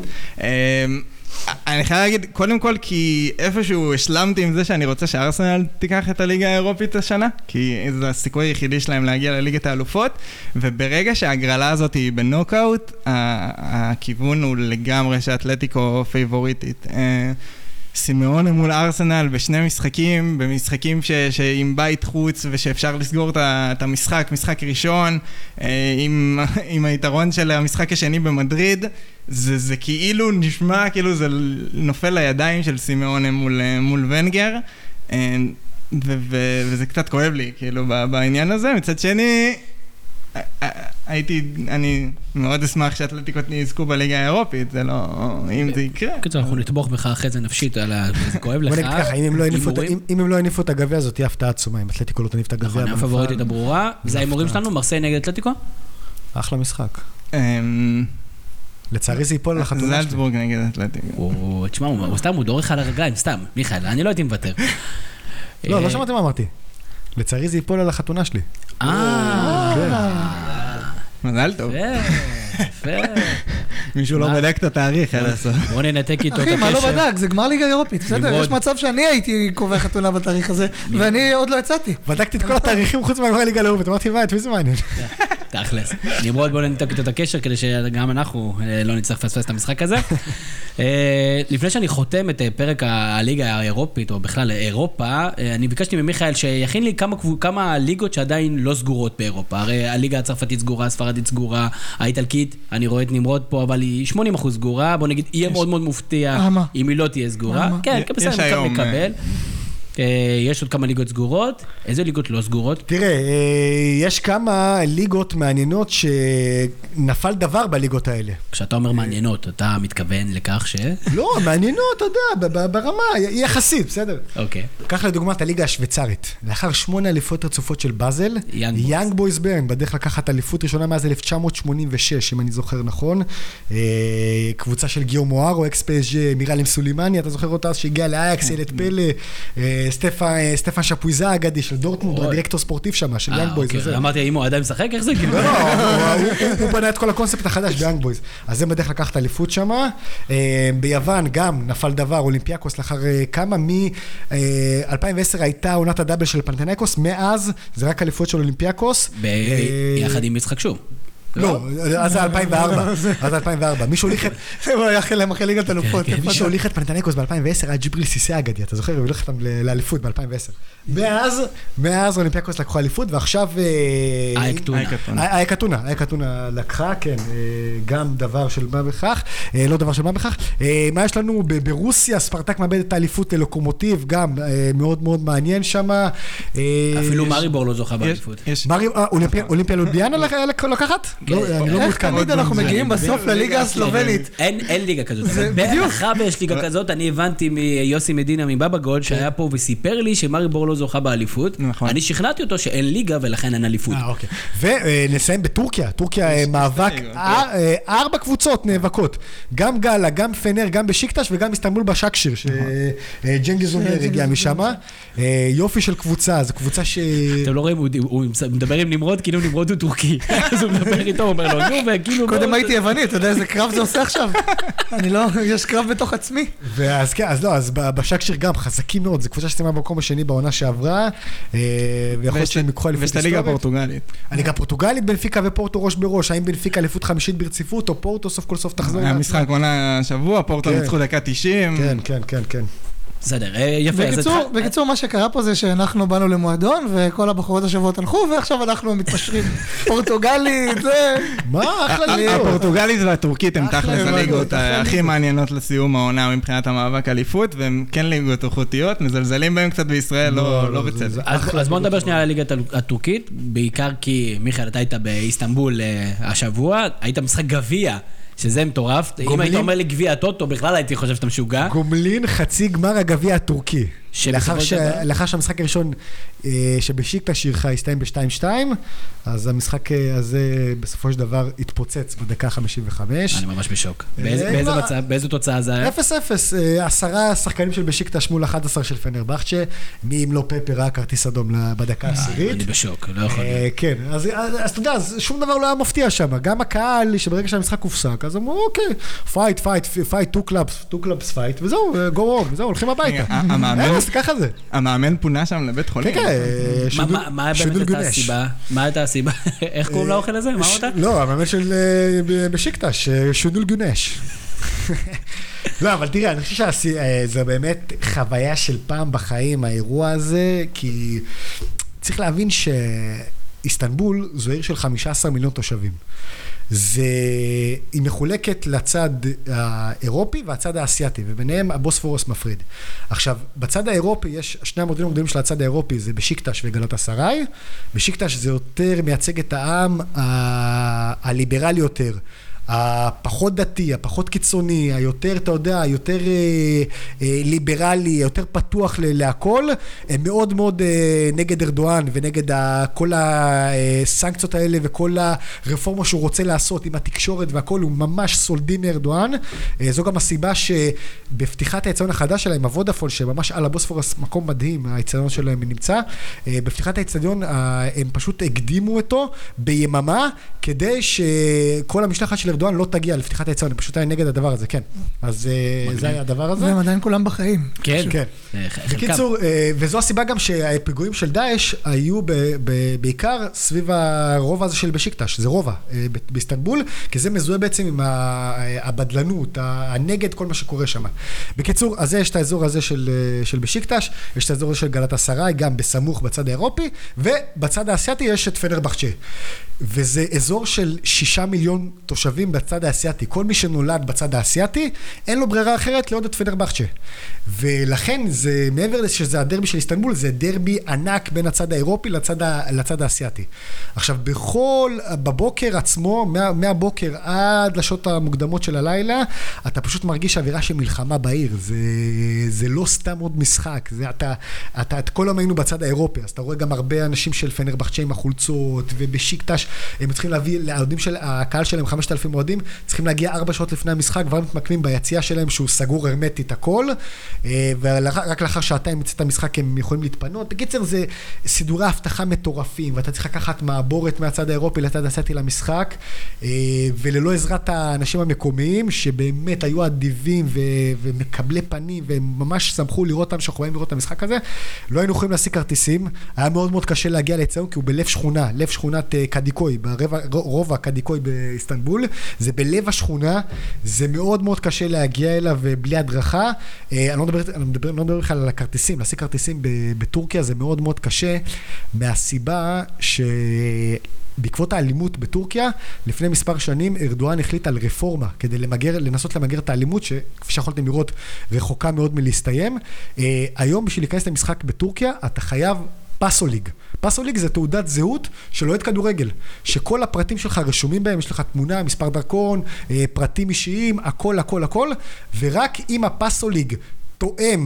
אני חייב להגיד, קודם כל, כי איפשהו השלמתי עם זה שאני רוצה שארסנל תיקח את הליגה האירופית השנה, כי זה הסיכוי היחידי שלהם להגיע לליגת האלופות, וברגע שההגרלה הזאת היא בנוקאוט, הכיוון הוא לגמרי שאתלטיקו פייבוריטית. סימאונה מול ארסנל בשני משחקים, במשחקים ש, שעם בית חוץ ושאפשר לסגור את המשחק, משחק ראשון, עם, עם היתרון של המשחק השני במדריד, זה, זה כאילו נשמע, כאילו זה נופל לידיים של סימאונה מול, מול ונגר, ו, ו, וזה קצת כואב לי, כאילו, בעניין הזה. מצד שני, הייתי, אני מאוד אשמח שאתלטיקות יזכו בליגה האירופית, זה לא, אם זה יקרה. קיצור, אנחנו נתמוך בך אחרי זה נפשית, זה כואב לך. בוא נגיד ככה, אם הם לא הניפו את הגביע, זאת תהיה הפתעה עצומה, אם אתלטיקו לא תניף את הגביע. נכון, הפבוריטית הברורה, זה ההימורים שלנו, מרסיי נגד אתלטיקו? אחלה משחק. לצערי זה ייפול על החתונה שלי. זלצבורג נגד אתלטיקו. תשמע, הוא סתם, הוא דורך על הרגליים, סתם, מיכאל, אני לא הייתי מוותר. לא, לא שמעתי מה אמרתי. לצערי זה ייפול על החתונה שלי. אה, מזל טוב. יפה. מישהו לא בדק את התאריך, אלא עשו. בוא ננתק איתו את הקשר. אחי, מה לא בדק? זה גמר ליגה אירופית, בסדר? יש מצב שאני הייתי קובע חתונה בתאריך הזה, ואני עוד לא יצאתי. בדקתי את כל התאריכים חוץ מהגמר ליגה אירופית, אמרתי, מה, את מי זה מעניין? תכלס. נמרוד, בוא ננתק איתו את הקשר, כדי שגם אנחנו לא נצטרך לפספס את המשחק הזה. לפני שאני חותם את פרק הליגה האירופית, או בכלל אירופה, אני ביקשתי ממיכאל שיכין לי כמה ליגות שעדיין לא סגורות באירופה. הרי הליגה הצרפתית סגורה, הספרדית סגורה, האיטלקית, אני רואה את נמרוד פה, אבל היא שמונים אחוז סגורה, בוא נגיד, יהיה מאוד מאוד מופתיע אם היא לא תהיה סגורה. כן, בסדר, מקבל. יש עוד כמה ליגות סגורות, איזה ליגות לא סגורות? תראה, יש כמה ליגות מעניינות שנפל דבר בליגות האלה. כשאתה אומר מעניינות, אתה מתכוון לכך ש... לא, מעניינות, אתה יודע, ברמה, יחסית, בסדר. אוקיי. קח לדוגמת הליגה השוויצרית. לאחר שמונה אליפות רצופות של באזל, יאנג בויז ברן, בדרך לקחת אליפות ראשונה מאז אלף תשע מאות שמונים ושש, אם אני זוכר נכון. קבוצה של גיאו מוארו, אקס פי אס ג'י, מירלם סולימני, אתה זוכר אותה שהגיעה לאייקס, ילד פלא, סטפן שפויזה האגדי של דורטמונד, הדירקטור ספורטיב שם, של יאנג בויז. אמרתי, אם הוא עדיין משחק, איך זה? לא, הוא בנה את כל הקונספט החדש ביאנג בויז. אז זה בדרך לקחת אליפות שם. ביוון גם נפל דבר, אולימפיאקוס, לאחר כמה מ-אלפיים ועשר הייתה עונת הדאבל של פנתנייקוס, מאז זה רק אליפות של אולימפיאקוס. יחד עם משחק שוב. לא, אז זה אלפיים וארבע, אז אלפיים וארבע. מישהו הוליך את... הוא היה להם אחרי ליגת אלופות. מישהו הוליך את פנתנייקוס ב-אלפיים ועשר, היה ג'יבריל סיסי האגדי, אתה זוכר? הוא הוליך אותם לאליפות ב-אלפיים ועשר. מאז, מאז אולימפיאקוס לקחו אליפות, ועכשיו... האקטונה. האקטונה, האקטונה לקחה, כן, גם דבר של מה בכך, לא דבר של מה בכך. מה יש לנו ברוסיה? ספרטק מאבד את האליפות ללוקומוטיב, גם מאוד מאוד מעניין שם. אפילו מאריבור לא זוכה באליפות. אולימפיה לוביאנה לקחת? אני לא מעודכן. תמיד אנחנו מגיעים בסוף לליגה הסלובנית. אין ליגה כזאת. בהנחה ויש ליגה כזאת, אני הבנתי מיוסי מדינה מבאבא גולד, שהיה פה וסיפר לי שמאריבור לא זוכה באליפות. אני שכנעתי אותו שאין ליגה ולכן אין אליפות. ונסיים בטורקיה. טורקיה מאבק, ארבע קבוצות נאבקות. גם גאלה, גם פנר, גם בשיקטש וגם איסטנבול בשקשיר, שג'נגיז אומר הגיע משם. יופי של קבוצה, זו קבוצה ש... אתם לא רואים, הוא מדבר עם נמרוד, כאילו נמרוד הוא טורקי. אז הוא מדבר איתו, הוא אומר לו, נו, וכאילו... קודם הייתי יווני, אתה יודע איזה קרב זה עושה עכשיו? אני לא, יש קרב בתוך עצמי. ואז כן, אז לא, אז בשקשיר גם חזקים מאוד, זו קבוצה שסיימה במקום השני בעונה שעברה, ויכול להיות שהם יקחו אליפות היסטורית. ויש את הליגה הפורטוגלית. הליגה הפורטוגלית, בנפיקה ופורטו ראש בראש, האם בנפיקה אליפות חמישית ברציפות, או פורטו סוף כל סוף תחזור? היה משחק עונה שבוע, פורטו ניצחו דקה תשעים. כן, כן, כן, כן. בסדר, יפה. בקיצור, מה שקרה פה זה שאנחנו באנו למועדון, וכל הבחורות השבועות הלכו, ועכשיו אנחנו מתפשרים. פורטוגלית, זה... מה? אחלה ליגות. הפורטוגלית והטורקית הן תכלס הליגות הכי מעניינות לסיום העונה מבחינת המאבק אליפות, והן כן ליגות איכותיות, מזלזלים בהם קצת בישראל, לא בצדק. אז בואו נדבר שנייה על הליגה הטורקית, בעיקר כי, מיכאל, אתה היית באיסטנבול השבוע, היית משחק גביע. שזה מטורף. אם היית אומר לי גביע הטוטו, בכלל הייתי חושב שאתה משוגע. גומלין חצי גמר הגביע הטורקי. לאחר שהמשחק הראשון שבשיקטש שירחה הסתיים ב-שתיים שתיים, אז המשחק הזה בסופו של דבר התפוצץ בדקה חמישים וחמש. אני ממש בשוק. באיזו תוצאה זה היה? אפס אפס. עשרה שחקנים של בשיקטש מול אחד עשר של פנרבחצ'ה, מי אם לא פפר ראה כרטיס אדום בדקה העשירית. אני בשוק, לא יכול להיות. כן, אז אתה יודע, שום דבר לא היה מפתיע שם. גם הקהל, שברגע שהמשחק הופסק, אז אמרו, אוקיי, פייט, פייט, פייט, טו קלאבס, טו קלאבס פייט, וזהו, גו רונג, וזהו, הולכים הביתה. אז ככה זה. המאמן פונה שם לבית חולים. מה באמת הייתה הסיבה? מה הייתה הסיבה? איך קוראים לאוכל הזה? מה אמרת? לא, המאמן של בשיקטש, שונול גונש. לא, אבל תראה, אני חושב שזה באמת חוויה של פעם בחיים, האירוע הזה, כי צריך להבין שאיסטנבול זו עיר של חמישה עשר מיליון תושבים. זה, היא מחולקת לצד האירופי והצד האסייתי, וביניהם הבוספורוס מפריד. עכשיו, בצד האירופי יש שני המודלים הגדולים של הצד האירופי, זה בשיקטש וגלאטסראי. בשיקטש זה יותר מייצג את העם הליברלי יותר. הפחות דתי, הפחות קיצוני, היותר, אתה יודע, היותר אה, אה, ליברלי, היותר פתוח להכל, הם מאוד מאוד אה, נגד ארדואן ונגד ה, כל הסנקציות האלה וכל הרפורמה שהוא רוצה לעשות עם התקשורת והכל, הוא ממש סולדי מארדואן. אה, זו גם הסיבה שבפתיחת היציון החדש שלהם, הוודאפון, שממש על הבוספורס, מקום מדהים, היציון שלהם נמצא, אה, בפתיחת היציון אה, הם פשוט הקדימו אותו ביממה, כדי שכל המשלחת של ארדואן לא תגיע לפתיחת היציון, פשוט היה נגד הדבר הזה, כן. אז זה היה הדבר הזה. והם עדיין כולם בחיים. כן, כן. בקיצור, וזו הסיבה גם שהפיגועים של דאעש היו בעיקר סביב הרובע הזה של בשיקטש, זה רובע באיסטנבול, כי זה מזוהה בעצם עם הבדלנות, הנגד כל מה שקורה שם. בקיצור, אז יש את האזור הזה של בשיקטש, יש את האזור הזה של גלאטסראי, גם בסמוך בצד האירופי, ובצד האסייתי יש את פנרבחצ'ה. וזה אזור של שישה מיליון תושבים בצד האסייתי. כל מי שנולד בצד האסייתי, אין לו ברירה אחרת לעוד את פנרבחצ'ה. ולכן זה, מעבר שזה הדרבי של איסטנבול, זה דרבי ענק בין הצד האירופי לצד, ה, לצד האסייתי. עכשיו, בכל, בבוקר עצמו, מה, מהבוקר עד לשעות המוקדמות של הלילה, אתה פשוט מרגיש אווירה של מלחמה בעיר. זה, זה לא סתם עוד משחק. זה, אתה, אתה, את כל יום היינו בצד האירופי, אז אתה רואה גם הרבה אנשים של פנרבחצ'ה עם החולצות, ובשיקטש, הם צריכים להביא, לעודים של הקהל שלהם, חמשת אלפים אוהדים, צריכים להגיע ארבע שעות לפני המשחק, כבר מתמקמים ביציאה שלהם שהוא סגור הרמטית הכל, ורק לאחר שעתיים מצאת המשחק הם יכולים להתפנות. בקיצר זה סידורי הבטחה מטורפים, ואתה צריך לקחת מעבורת מהצד האירופי לצד האסייתי למשחק, וללא עזרת האנשים המקומיים, שבאמת היו אדיבים ו- ומקבלי פנים, והם ממש שמחו לראות אותם, שאנחנו באים לראות את המשחק הזה. לא היינו יכולים להשיג כרטיסים, היה מאוד מאוד קשה להגיע ליציון, כי הוא בלב שכונה, לב שכונת קדיקוי, ברובע קדיקוי באיסטנבול, זה בלב השכונה, זה מאוד מאוד קשה להגיע אליו בלי הדרכה. אני לא מדבר, אני מדבר, לא מדבר בכלל על הכרטיסים, להשיג כרטיסים בטורקיה זה מאוד מאוד קשה, מהסיבה ש... בעקבות האלימות בטורקיה, לפני מספר שנים, ארדואן החליט על רפורמה, כדי למגר, לנסות למגר את האלימות, שכפי שיכולתם לראות, רחוקה מאוד מלהסתיים. היום, בשביל להיכנס למשחק בטורקיה, אתה חייב פסוליג. פסוליג זה תעודת זהות של אוהד כדורגל, שכל הפרטים שלך רשומים בהם, יש לך תמונה, מספר דרכון, פרטים אישיים, הכל, הכל, הכל, ורק אם הפסוליג תואם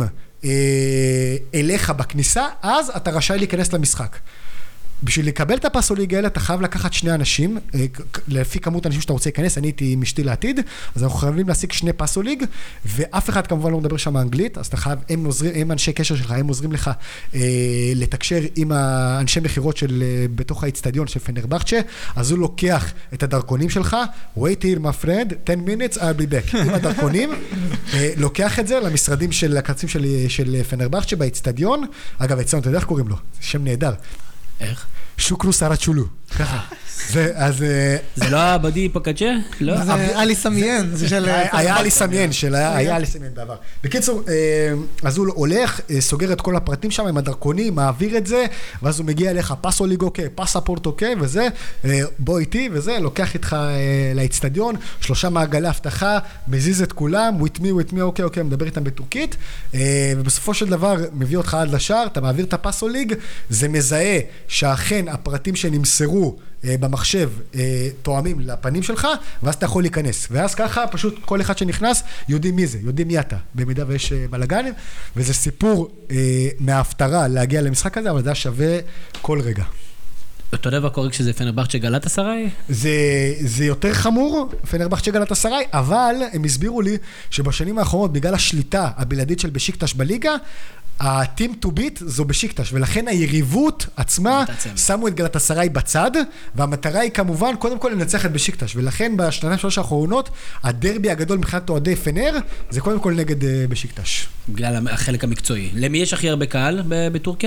אליך בכניסה, אז אתה רשאי להיכנס למשחק. בשביל לקבל את הפסוליג האלה, אתה חייב לקחת שני אנשים, לפי כמות האנשים שאתה רוצה להיכנס, אני הייתי עם אשתי לעתיד, אז אנחנו חייבים להשיג שני פסוליג, ואף אחד כמובן לא מדבר שם אנגלית, אז אתה חייב, הם, עוזרים, הם אנשי קשר שלך, הם עוזרים לך אה, לתקשר עם האנשי מחירות של, בתוך האצטדיון של פנרבחצ'ה, אז הוא לוקח את הדרכונים שלך, wait here my friend, ten minutes, I'll be back, עם הדרכונים, אה, לוקח את זה למשרדים של הקרצים של, של פנרבחצ'ה באצטדיון, אגב, האצטדיון, אתה יודע איך קוראים לו? זה שם נהדר. איך? שוקרו סרצ'ולו. ככה. זה, אז... זה לא הבדי פוקאצ'ה? לא? זה אלי סמיין. זה של... היה אלי סמיין, היה אלי סמיין בעבר. בקיצור, אז הוא הולך, סוגר את כל הפרטים שם עם הדרכונים, מעביר את זה, ואז הוא מגיע אליך, פסוליג אוקיי, פספורט אוקיי, וזה, בוא איתי, וזה, לוקח איתך לאצטדיון, שלושה מעגלי הבטחה, מזיז את כולם, with me, with me, אוקיי, אוקיי, מדבר איתם בטורקית, ובסופו של דבר מביא אותך עד לשער, אתה מעביר את הפסוליג, זה מזהה שאכן הפרטים שנמסרו במחשב תואמים לפנים שלך, ואז אתה יכול להיכנס. ואז ככה פשוט כל אחד שנכנס יודעים מי זה, יודעים מי אתה, במידה ויש בלגן, וזה סיפור מההפטרה להגיע למשחק הזה, אבל זה שווה כל רגע. אתה יודע מה קורה כשזה פנרבחצ'ה גלאטסראי? זה, זה יותר חמור, פנרבחצ'ה גלאטסראי, אבל הם הסבירו לי שבשנים האחרונות, בגלל השליטה הבלעדית של בשיקטש בליגה, הטים טו ביט זו בשיקטש, ולכן היריבות עצמה שמו את גלאטסראי בצד, והמטרה היא כמובן קודם כל לנצח את בשיקטש, ולכן בשנתיים שלוש האחרונות, הדרבי הגדול מבחינת אוהדי פנר, זה קודם כל נגד בשיקטש. בגלל החלק המקצועי. למי יש הכי הרבה קהל בטורקיה?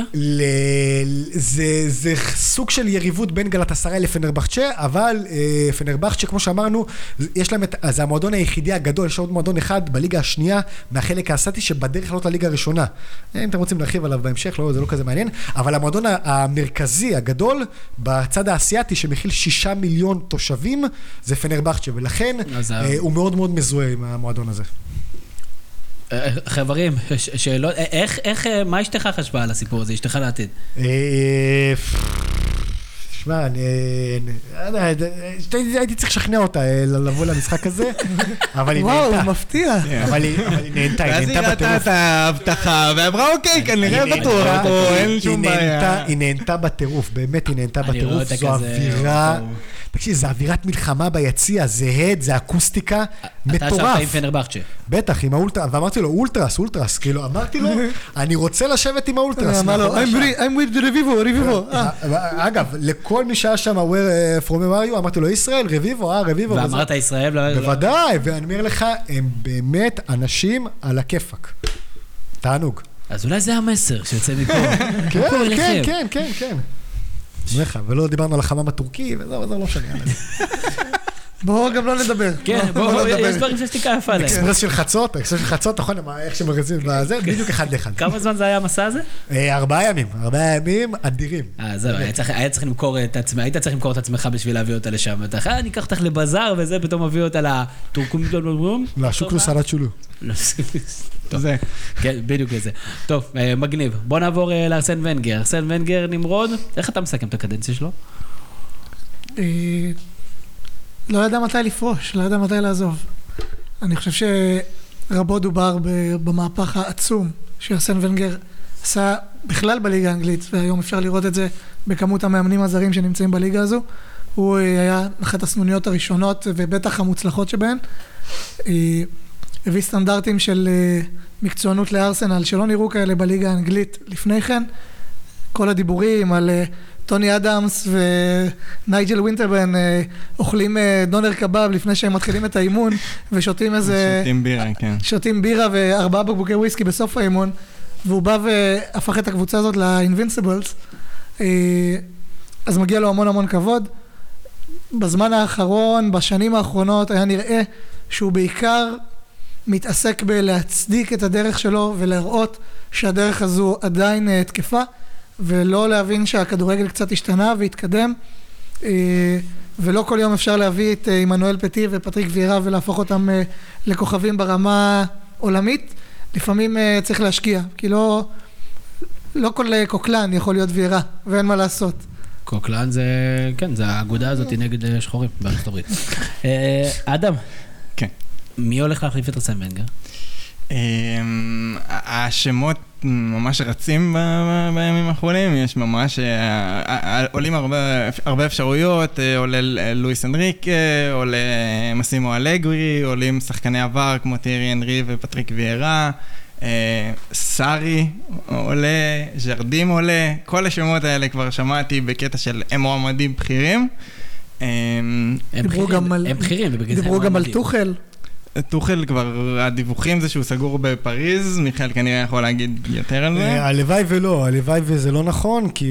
זה, זה סוג של יריבות בין גלאטסראי לפנרבחצ'ה, אבל פנרבחצ'ה, כמו שאמרנו, יש להם את, זה המועדון היחידי הגדול, יש עוד מועדון אחד בליגה השנייה, מהחלק האסייתי שבדרך לעלות לליגה הראשונה. אם אתם רוצים להרחיב עליו בהמשך, לא, זה לא כזה מעניין, אבל המועדון המרכזי, הגדול, בצד האסייתי, שמכיל שישה מיליון תושבים, זה פנרבחצ'ה, ולכן הוא מאוד מאוד מזוהה עם המועדון הזה. חברים, שאלות, איך, איך, מה אשתך חשבה על הסיפור הזה? אשתך לעתיד? תשמע, אני... הייתי צריך לשכנע אותה לבוא למשחק הזה, אבל היא נהנתה. וואו, מפתיע. אבל היא נהנתה, היא ואז היא ראתה את ההבטחה, ואמרה, אוקיי, כנראה בטוח, פה אין שום בעיה. היא נהנתה בטירוף, באמת היא נהנתה בטירוף, זו אווירה... תקשיב, זה אווירת מלחמה ביציע, זה הד, זה אקוסטיקה, מטורף. אתה שבת עם פנרבחצ'ה. בטח, עם האולטרס, ואמרתי לו, אולטרס, אולטרס, כאילו, אמרתי לו, אני רוצה לשבת עם האולטרס. אמר לו, I'm with רביבו, רביבו. אגב, לכל מי שהיה שם, where from Mario, אמרתי לו, ישראל, רביבו, אה, רביבו. ואמרת ישראל? בוודאי, ואני אומר לך, הם באמת אנשים על הכיפק. תענוג. אז אולי זה המסר שיוצא מפה. כן, כן, כן, כן, כן. ולא דיברנו על החמם הטורקי, וזה לא משנה. בואו גם לא נדבר. כן, בואו, יש דברים ששתיקה יפה עליהם. אקספרס של חצות, אקספרס של חצות, נכון, איך שמרזים בזה, בדיוק אחד לאחד. כמה זמן זה היה המסע הזה? ארבעה ימים, ארבעה ימים אדירים. אה, זהו, היה צריך למכור את עצמך, היית צריך למכור את עצמך בשביל להביא אותה לשם. אתה אני אקח אותך לבזאר, וזה פתאום מביא אותה לטורקום. לא, שוקרו סרצ'ולו. זה. כן, בדיוק לזה. טוב, מגניב. בוא נעבור לארסן ונגר. ארסן ונגר נמרוד, איך אתה מסכם את הקדנציה שלו? לא ידע מתי לפרוש, לא ידע מתי לעזוב. אני חושב שרבות דובר במהפך העצום שארסן ונגר עשה בכלל בליגה האנגלית, והיום אפשר לראות את זה בכמות המאמנים הזרים שנמצאים בליגה הזו. הוא היה אחת הסנוניות הראשונות ובטח המוצלחות שבהן. הביא סטנדרטים של מקצוענות לארסנל שלא נראו כאלה בליגה האנגלית לפני כן. כל הדיבורים על טוני אדמס ונייג'ל ווינטרבן אוכלים דונר קבב לפני שהם מתחילים את האימון ושותים איזה... שותים בירה, כן. שותים בירה וארבעה בקבוקי וויסקי בסוף האימון, והוא בא והפך את הקבוצה הזאת לאינבינסיבלס. אז מגיע לו המון המון כבוד. בזמן האחרון, בשנים האחרונות, היה נראה שהוא בעיקר מתעסק בלהצדיק את הדרך שלו ולהראות שהדרך הזו עדיין תקפה, ולא להבין שהכדורגל קצת השתנה והתקדם, ולא כל יום אפשר להביא את עמנואל פטי ופטריק וירה ולהפוך אותם לכוכבים ברמה עולמית. לפעמים צריך להשקיע, כי לא, לא כל קוקלן יכול להיות וירה, ואין מה לעשות. קוקלן זה, כן, זה האגודה הזאת נגד שחורים בארצות הברית. אדם. כן. מי הולך להחליף את ארסן ונגר? השמות ממש רצים בימים האחרונים, יש ממש, עולים הרבה אפשרויות, עולה לואיס אנריקה, עולה מסימו אלגרי, עולים שחקני עבר כמו תיארי אנרי ופטריק ויארה, סארי עולה, ז'רדים עולה, כל השמות האלה כבר שמעתי בקטע של הם מועמדים בכירים. הם בכירים, דיברו גם על טוחל. טוחל כבר, הדיווחים זה שהוא סגור בפריז, מיכאל כנראה יכול להגיד יותר על זה. הלוואי ולא, הלוואי וזה לא נכון, כי...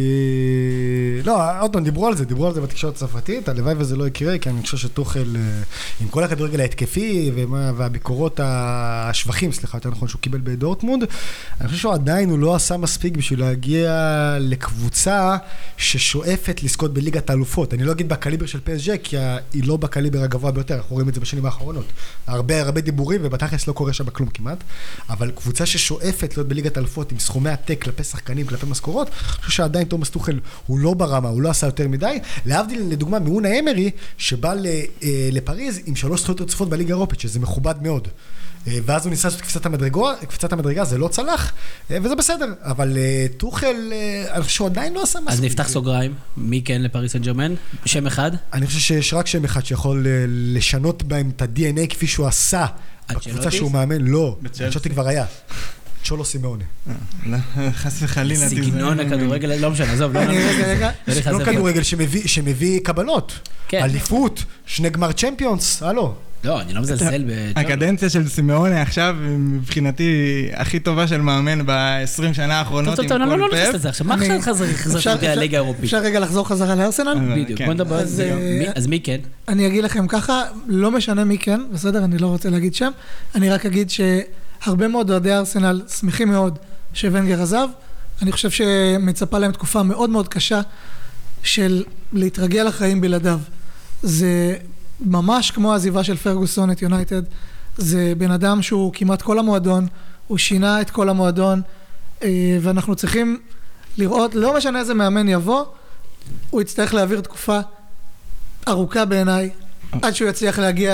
לא, עוד פעם, דיברו על זה, דיברו על זה בתקשורת הצרפתית, הלוואי וזה לא יקרה, כי אני חושב שטוחל, עם כל הכדורגל ההתקפי, והביקורות השבחים, סליחה, יותר נכון שהוא קיבל בדורטמונד, אני חושב שהוא עדיין הוא לא עשה מספיק בשביל להגיע לקבוצה ששואפת לזכות בליגת האלופות. אני לא אגיד בקליבר של פי אס ג'י, כי היא לא בקליבר הגבוה ביותר, אנחנו רואים את זה בשנים האחרונות. הרבה הרבה דיבורים, ובתכלס לא קורה שם בכלום כמעט, אבל קבוצה ששואפת להיות בליגת האלופות עם סכומי עתק כלפי שחקנים, כלפי משכורות, אני חושב שעדיין תומאס טוחל הוא לא ברמה, הוא לא עשה יותר מדי, להבדיל לדוגמה מאונה אמרי, שבא לפריז עם שלוש זכויות רצופות בליגה האירופית, שזה מכובד מאוד. ואז הוא ניסה לעשות קפיצת המדרגה, קפיצת המדרגה, זה לא צלח, וזה בסדר, אבל טוחל, אני חושב שהוא עדיין לא עשה מספיק. אז נפתח סוגריים, מי כן לפריס סן ז'רמן? שם אחד? אני חושב שיש רק שם אחד שיכול לשנות בהם את ה-די אן איי כפי שהוא עשה, בקבוצה שהוא מאמן, לא, אנצ'לוטי כבר היה. צ'ולו סימאונה. חס וחלילה. סגנון הכדורגל, לא משנה, עזוב, לא רגע. סגנון כדורגל שמביא קבלות, אליפות, שני גמר צ'מפיונס, הלו. לא, אני לא מזלזל בצ'ולו. הקדנציה של סימאונה עכשיו, מבחינתי, הכי טובה של מאמן ב-עשרים שנה האחרונות. טוב, טוב, טוב, לא נכנס לזה עכשיו. מה עכשיו חזרת לליגה האירופית? אפשר רגע לחזור חזרה לארסנל? בדיוק, בוא נדבר על זה. אז מי כן? אני אגיד לכם ככה, לא משנה מי כן, בסדר, אני לא רוצה להגיד שם. אני רק אגיד שהרבה מאוד אוהדי ארסנל שמחים מאוד שוונגר עזב. אני חושב שמצפה להם תקופה מאוד מאוד קשה של להתרגל לחיים בלעדיו. זה ממש כמו העזיבה של פרגוסון את יונייטד, זה בן אדם שהוא כמעט כל המועדון, הוא שינה את כל המועדון, ואנחנו צריכים לראות, לא משנה איזה מאמן יבוא, הוא יצטרך להעביר תקופה ארוכה בעיניי, עד שהוא יצליח להגיע,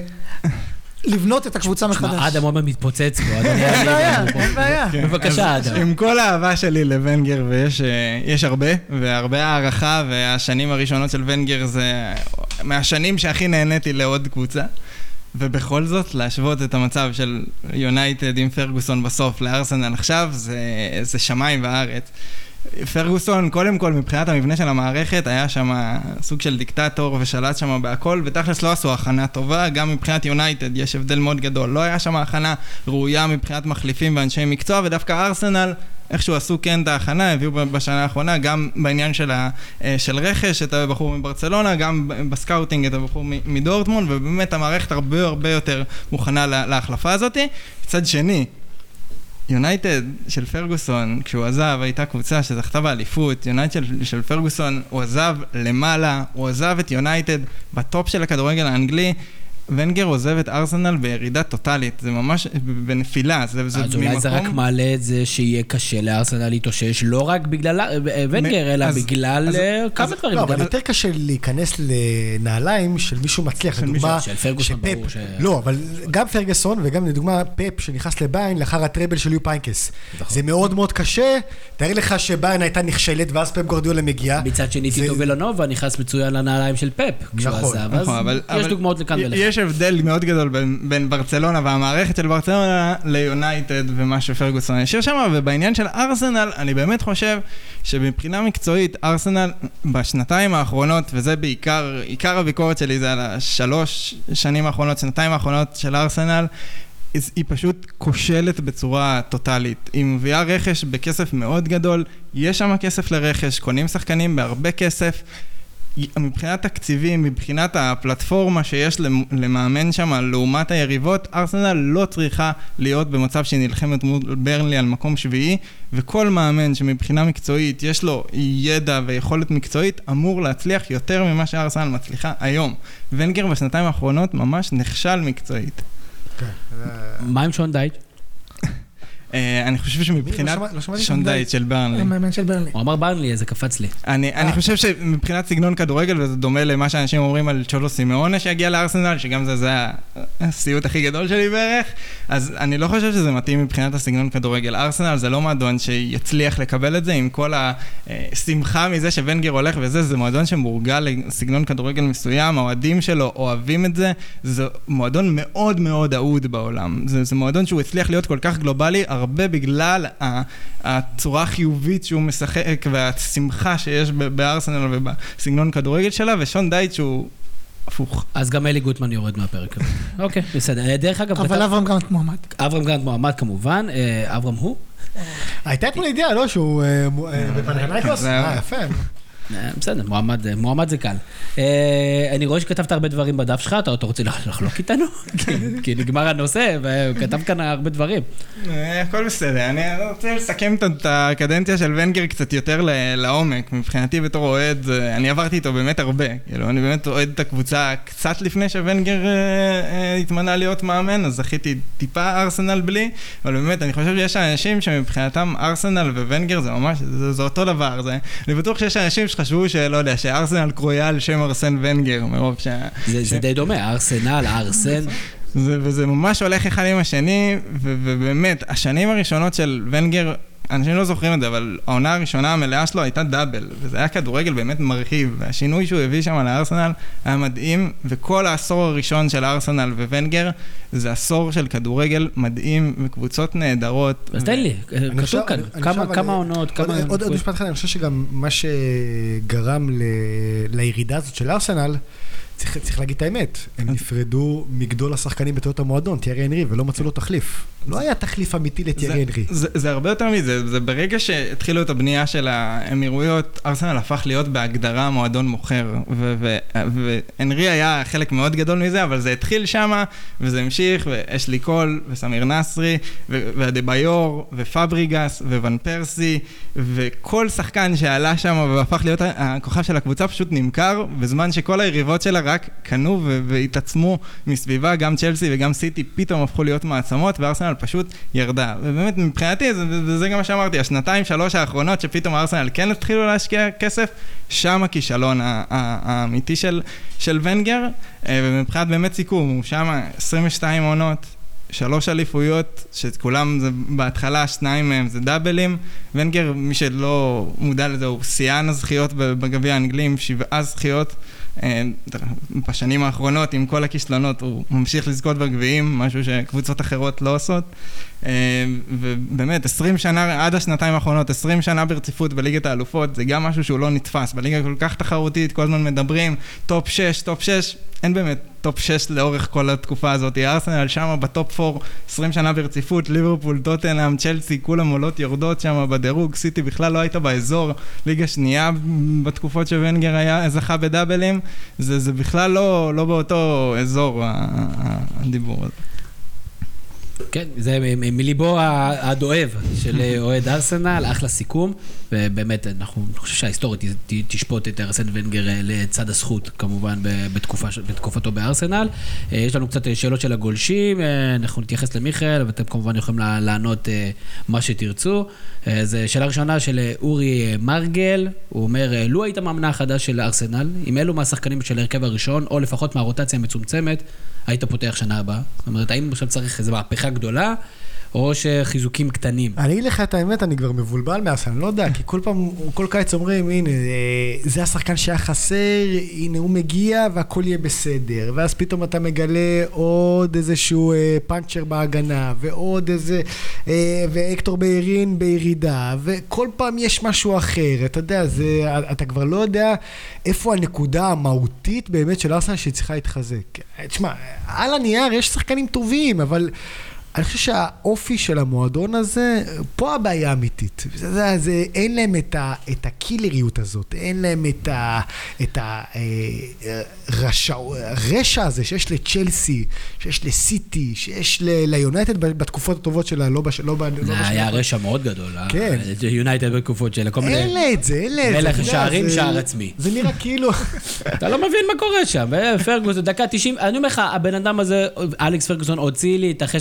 לבנות את הקבוצה מחדש. אדם מאוד מתפוצץ בו. אין בעיה, אין בעיה. בבקשה, אדם. עם כל האהבה שלי לוונגר, ויש הרבה, והרבה הערכה, והשנים הראשונות של וונגר זה מהשנים שהכי נהניתי לעוד קבוצה, ובכל זאת, להשוות את המצב של יונייטד עם פרגוסון בסוף לארסנל עכשיו, זה שמיים וארץ. פרגוסון, קודם כל, מבחינת המבנה של המערכת, היה שם סוג של דיקטטור ושלט שם בהכל, ותכלס לא עשו הכנה טובה, גם מבחינת יונייטד יש הבדל מאוד גדול. לא היה שם הכנה ראויה מבחינת מחליפים ואנשי מקצוע, ודווקא ארסנל, איכשהו עשו כן את ההכנה, הביאו בשנה האחרונה, גם בעניין של, ה, של רכש, את הבחור מברצלונה, גם בסקאוטינג את הבחור מדורטמונד, ובאמת המערכת הרבה הרבה יותר מוכנה לה, להחלפה הזאת. צד שני, יונייטד של פרגוסון, כשהוא עזב, הייתה קבוצה שזכתה באליפות. יונייטד של, של פרגוסון, הוא עזב למעלה, הוא עזב את יונייטד בטופ של הכדורגל האנגלי. ונגר עוזב את ארסנל בירידה טוטלית, זה ממש בנפילה. זה, זה אז אולי זה רק מעלה את זה שיהיה קשה לארסנל להתאושש, לא רק בגלל ונגר, אלא בגלל כמה דברים. לא, אבל יותר קשה להיכנס לנעליים של מישהו מצליח, לדוגמה, של פרגוסון ברור. לא, אבל גם פרגוסון וגם לדוגמה פפ שנכנס לביין לאחר הטראבל של יו פיינקס. זה מאוד מאוד קשה, תארי לך שביין הייתה נכשלת ואז פפ גורדיולה מגיע. מצד שני טיטו ולנובה נכנס מצוין לנעליים של פפ, כשהוא עזב, אז יש דוגמאות לכאן ולכאן. יש הבדל מאוד גדול בין, בין ברצלונה והמערכת של ברצלונה ליונייטד ומה שפרגוסון השאיר שם, ובעניין של ארסנל, אני באמת חושב שמבחינה מקצועית, ארסנל בשנתיים האחרונות, וזה בעיקר, עיקר הביקורת שלי זה על השלוש שנים האחרונות, שנתיים האחרונות של ארסנל, היא פשוט כושלת בצורה טוטלית. היא מביאה רכש בכסף מאוד גדול, יש שם כסף לרכש, קונים שחקנים בהרבה כסף, מבחינת תקציבים, מבחינת הפלטפורמה שיש למאמן שם לעומת היריבות, ארסנל לא צריכה להיות במצב שהיא נלחמת מול ברנלי על מקום שביעי, וכל מאמן שמבחינה מקצועית יש לו ידע ויכולת מקצועית, אמור להצליח יותר ממה שארסנל מצליחה היום. ונגר בשנתיים האחרונות ממש נכשל מקצועית. מה עם שון דייץ'? אני חושב שמבחינת שונדייט של ברנלי. המאמן של ברנלי. הוא אמר ברנלי, זה קפץ לי. אני חושב שמבחינת סגנון כדורגל, וזה דומה למה שאנשים אומרים על צ'ולו סימאונה שהגיע לארסנל, שגם זה, זה הסיוט הכי גדול שלי בערך, אז אני לא חושב שזה מתאים מבחינת הסגנון כדורגל. ארסנל זה לא מועדון שיצליח לקבל את זה, עם כל השמחה מזה שוונגר הולך וזה, זה מועדון שמורגל לסגנון כדורגל מסוים, האוהדים שלו אוהבים את זה, זה מועדון מאוד מאוד אהוד בעולם. זה, זה מועדון שהוא הצליח להיות כל כך גלובלי, הרבה בגלל הצורה החיובית שהוא משחק, והשמחה שיש בארסנל ובסגנון כדורגל שלה, ושון דייט שהוא הפוך. אז גם אלי גוטמן יורד מהפרק. אוקיי, בסדר. דרך אגב... אבל אברהם גרנט מועמד. אברהם גרנט מועמד כמובן. אברהם הוא? הייתה אתמול ידיעה, לא? שהוא בפנתנייקוס? אה, יפה. בסדר, מועמד זה קל. אני רואה שכתבת הרבה דברים בדף שלך, אתה רוצה לחלוק איתנו? כי נגמר הנושא, וכתב כאן הרבה דברים. הכל בסדר, אני רוצה לסכם את הקדנציה של ונגר קצת יותר לעומק. מבחינתי בתור אוהד, אני עברתי איתו באמת הרבה. אני באמת אוהד את הקבוצה קצת לפני שוונגר התמנה להיות מאמן, אז זכיתי טיפה ארסנל בלי, אבל באמת אני חושב שיש אנשים שמבחינתם ארסנל וונגר זה ממש, זה אותו דבר. אני בטוח שיש אנשים שחשבו שלא יודע, שארסנל קרויה על שם ארסן ונגר, מרוב ש... זה די דומה, ארסנל, ארסן. וזה ממש הולך אחד עם השני, ובאמת, השנים הראשונות של ונגר, אנשים לא זוכרים את זה, אבל העונה הראשונה המלאה שלו הייתה דאבל, וזה היה כדורגל באמת מרחיב, והשינוי שהוא הביא שם לארסנל היה מדהים, וכל העשור הראשון של ארסנל וונגר, זה עשור של כדורגל מדהים, וקבוצות נהדרות. אז תן לי, כתוב כאן, כמה עונות, כמה... עוד משפט אחד, אני חושב שגם מה שגרם לירידה הזאת של ארסנל, צריך, צריך להגיד את האמת, הם נפרדו מגדול השחקנים בתיאוריות המועדון, תיארי אנרי, ולא מצאו לו תחליף. לא היה תחליף אמיתי לתיארי אנרי. זה, זה, זה הרבה יותר מזה, זה ברגע שהתחילו את הבנייה של האמירויות, ארסנל הפך להיות בהגדרה מועדון מוכר, ואנרי היה חלק מאוד גדול מזה, אבל זה התחיל שמה, וזה המשיך, ואשלי קול, וסמיר נסרי, והדביור, ופבריגס, וון פרסי, וכל שחקן שעלה שם והפך להיות הכוכב של הקבוצה פשוט נמכר, בזמן שכל היריבות שלה רק קנו והתעצמו מסביבה, גם צ'לסי וגם סיטי פתאום הפכו להיות מעצמות, וארסנל פשוט ירדה. ובאמת מבחינתי, זה, זה גם מה שאמרתי, השנתיים שלוש האחרונות שפתאום ארסנל כן התחילו להשקיע כסף, שם הכישלון האמיתי של, של ונגר, ומבחינת באמת סיכום, הוא שם עשרים ושתיים עונות, שלוש אליפויות, שכולם זה בהתחלה, שניים מהם זה דאבלים, ונגר, מי שלא מודע לזה, הוא שיאן הזכיות בגביע האנגלי, עם שבעה זכיות, בשנים האחרונות, עם כל הכישלונות, הוא ממשיך לזכות בגביעים, משהו שקבוצות אחרות לא עושות, ובאמת, עשרים שנה, עד השנתיים האחרונות, עשרים שנה ברציפות בליגת האלופות, זה גם משהו שהוא לא נתפס, בליגה כל כך תחרותית, כל הזמן מדברים, טופ שש, טופ שש, אין באמת טופ שש לאורך כל התקופה הזאת, ארסנל שם בטופ ארבע, עשרים שנה ברציפות, ליברפול, טוטנהאם, צ'לסי, כולם עולות יורדות שם בדירוג, סיטי בכלל לא הייתה באזור, ליגה שנייה בתקופות שוונגר היה זכה בדאבלים, זה, זה בכלל לא, לא באותו אזור הדיבור הזה. כן, זה מליבו הדואב של אוהד ארסנל, אחלה סיכום, ובאמת, אנחנו חושב שההיסטוריה תשפוט את ארסן ונגר לצד הזכות, כמובן, בתקופה, בתקופתו בארסנל. יש לנו קצת שאלות של הגולשים, אנחנו נתייחס למיכאל, ואתם כמובן יכולים לענות מה שתרצו. זו שאלה ראשונה של אורי מרגל, הוא אומר, לו היית מאמנה החדש של ארסנל, עם אלו מהשחקנים של הרכב הראשון, או לפחות מהרוטציה המצומצמת, היית פותח שנה הבאה. זאת אומרת, האם עכשיו צריך איזו מהפכה גדולה, או שחיזוקים קטנים? אני אגיד לך את האמת, אני כבר מבולבל מארסנל, אני לא יודע, כי כל פעם, כל קיץ אומרים, הנה, זה השחקן שהיה חסר, הנה הוא מגיע והכל יהיה בסדר, ואז פתאום אתה מגלה עוד איזשהו פאנצ'ר בהגנה, ועוד איזה, ואקטור בהירין בירידה, וכל פעם יש משהו אחר, אתה יודע, זה, אתה כבר לא יודע איפה הנקודה המהותית באמת של ארסנל שצריכה להתחזק. תשמע, על הנייר יש שחקנים טובים, אבל אני חושב שהאופי של המועדון הזה, פה הבעיה האמיתית. זה, זה, זה, אין להם את, ה, את הקילריות הזאת, אין להם את, ה, את הרשע, הרשע הזה שיש לצ'לסי, שיש לסיטי, שיש ליונייטד בתקופות הטובות שלה, לא בשל... לא, לא היה רשע מאוד גדול, כן. יונייטד בתקופות שלה. אין לה את זה, אין לה את זה. מלך שערים, שער עצמי. זה נראה כאילו... אתה לא מבין מה קורה שם. פרגוסון, דקה תשעים, אני אומר לך, הבן אדם הזה, אלכס פרגוסון, הוציא לי את החשק מכדור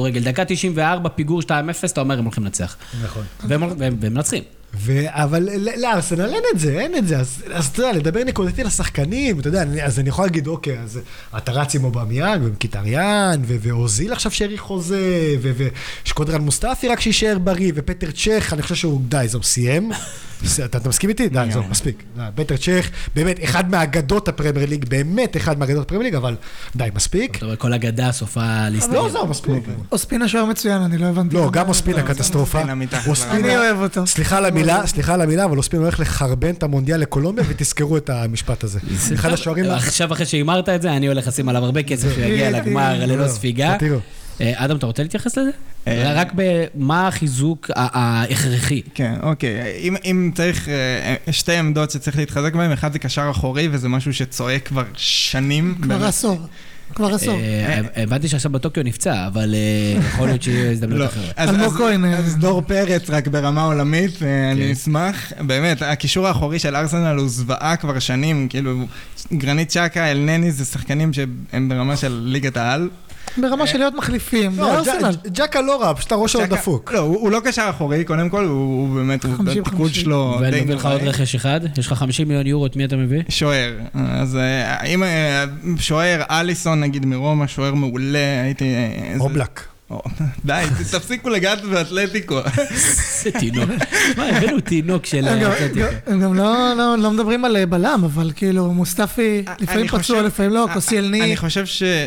כדורגל. דקה תשעים וארבע, פיגור שתיים אפס, אתה אומר, הם הולכים לנצח. נכון. והם מנצחים. אבל לארסנל אין את זה, אין את זה, אז אתה יודע, לדבר נקודתי לשחקנים, אתה יודע, אז אני יכול להגיד, אוקיי, אז אתה רץ עם אובמיאנג, ומקיטריאן, ואוזיל עכשיו שהאריך חוזה, ושקודרן מוסטפי רק שישאר בריא, ופטר צ'ך, אני חושב שהוא, די, זהו, סיים, אתה מסכים איתי? די, זהו, מספיק. פטר צ'ך, באמת, אחד מהאגדות הפרמייר ליג, באמת אחד מהאגדות הפרמייר ליג, אבל די, מספיק. אתה רואה, כל אגדה סופה להסתכל. לא, זהו, מספיק. אוספינה שוער מצוין, אני לא הבנתי. לא, גם אוספינה קטסטרופה. אני אוהב אותו. סליחה על המילה, סליחה על המילה, אבל אוספינה הולך לחרבן את המונדיאל לקולומביה, ותזכרו את המשפט הזה. אחד השוערים... עכשיו אחרי שאימרת את זה, אני הולך לשים עליו הרבה כסף שיגיע לגמר ללא ספיגה. אדם, אתה רוצה להתייחס לזה? רק במה החיזוק ההכרחי. כן, אוקיי. אם צריך שתי עמדות שצריך להתחזק בהן, אחד זה קשר אחורי, וזה משהו שצועק כבר שנים. כבר עשור. כבר עשור. הבנתי שעכשיו בטוקיו נפצע, אבל יכול להיות שיהיה הזדמנות אחרת. אלמוג כהן. אז דור פרץ רק ברמה עולמית, אני אשמח. באמת, הקישור האחורי של ארסנל הוא זוועה כבר שנים, כאילו, גרנית צ'קה, אלנני, זה שחקנים שהם ברמה של ליגת העל. ברמה של להיות מחליפים, ג'קה לא רע, פשוט הראש שלו דפוק. לא, הוא לא קשר אחורי, קודם כל, הוא באמת, התפקוד שלו די... ואני מביא לך עוד רכש אחד, יש לך חמישים מיליון יורו, את מי אתה מביא? שוער. אז אם שוער, אליסון נגיד מרומא, שוער מעולה, הייתי... אובלק. די, תפסיקו לגעת באתלטיקו. זה תינוק. מה, הבאנו תינוק של אתלטיקו. הם גם לא מדברים על בלם, אבל כאילו מוסטפי, לפעמים פצוע, לפעמים לא, קוסיאלני. אני חושב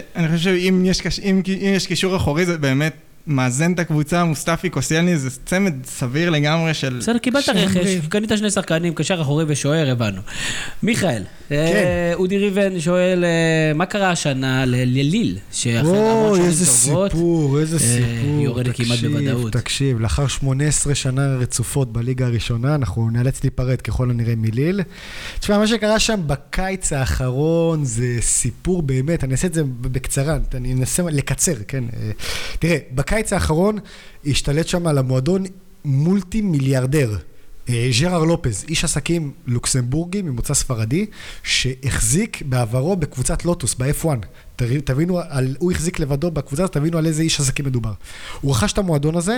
שאם יש קישור אחורי, זה באמת מאזן את הקבוצה, מוסטפי, קוסיאלני, זה צמד סביר לגמרי של... בסדר, קיבלת רכש, קנית שני שחקנים, קשר אחורי ושוער, הבנו. מיכאל, אודי ריבן שואל, מה קרה השנה לליל? או, איזה סיפור, איזה סיפור. יורדת כמעט בוודאות. תקשיב, לאחר שמונה עשרה שנה רצופות בליגה הראשונה, אנחנו נאלץ להיפרד ככל הנראה מליל. תשמע, מה שקרה שם בקיץ האחרון, זה סיפור באמת, אני אעשה את זה בקצרה, אני אנסה לקצר, כן? תראה, בקיץ האחרון השתלט שם על המועדון מולטי מיליארדר, ז'רר לופז, איש עסקים לוקסמבורגי ממוצא ספרדי, שהחזיק בעברו בקבוצת לוטוס, ב-אף וואן. תבינו, על, הוא החזיק לבדו בקבוצה, תבינו על איזה איש עסקים מדובר. הוא רכש את המועדון הזה,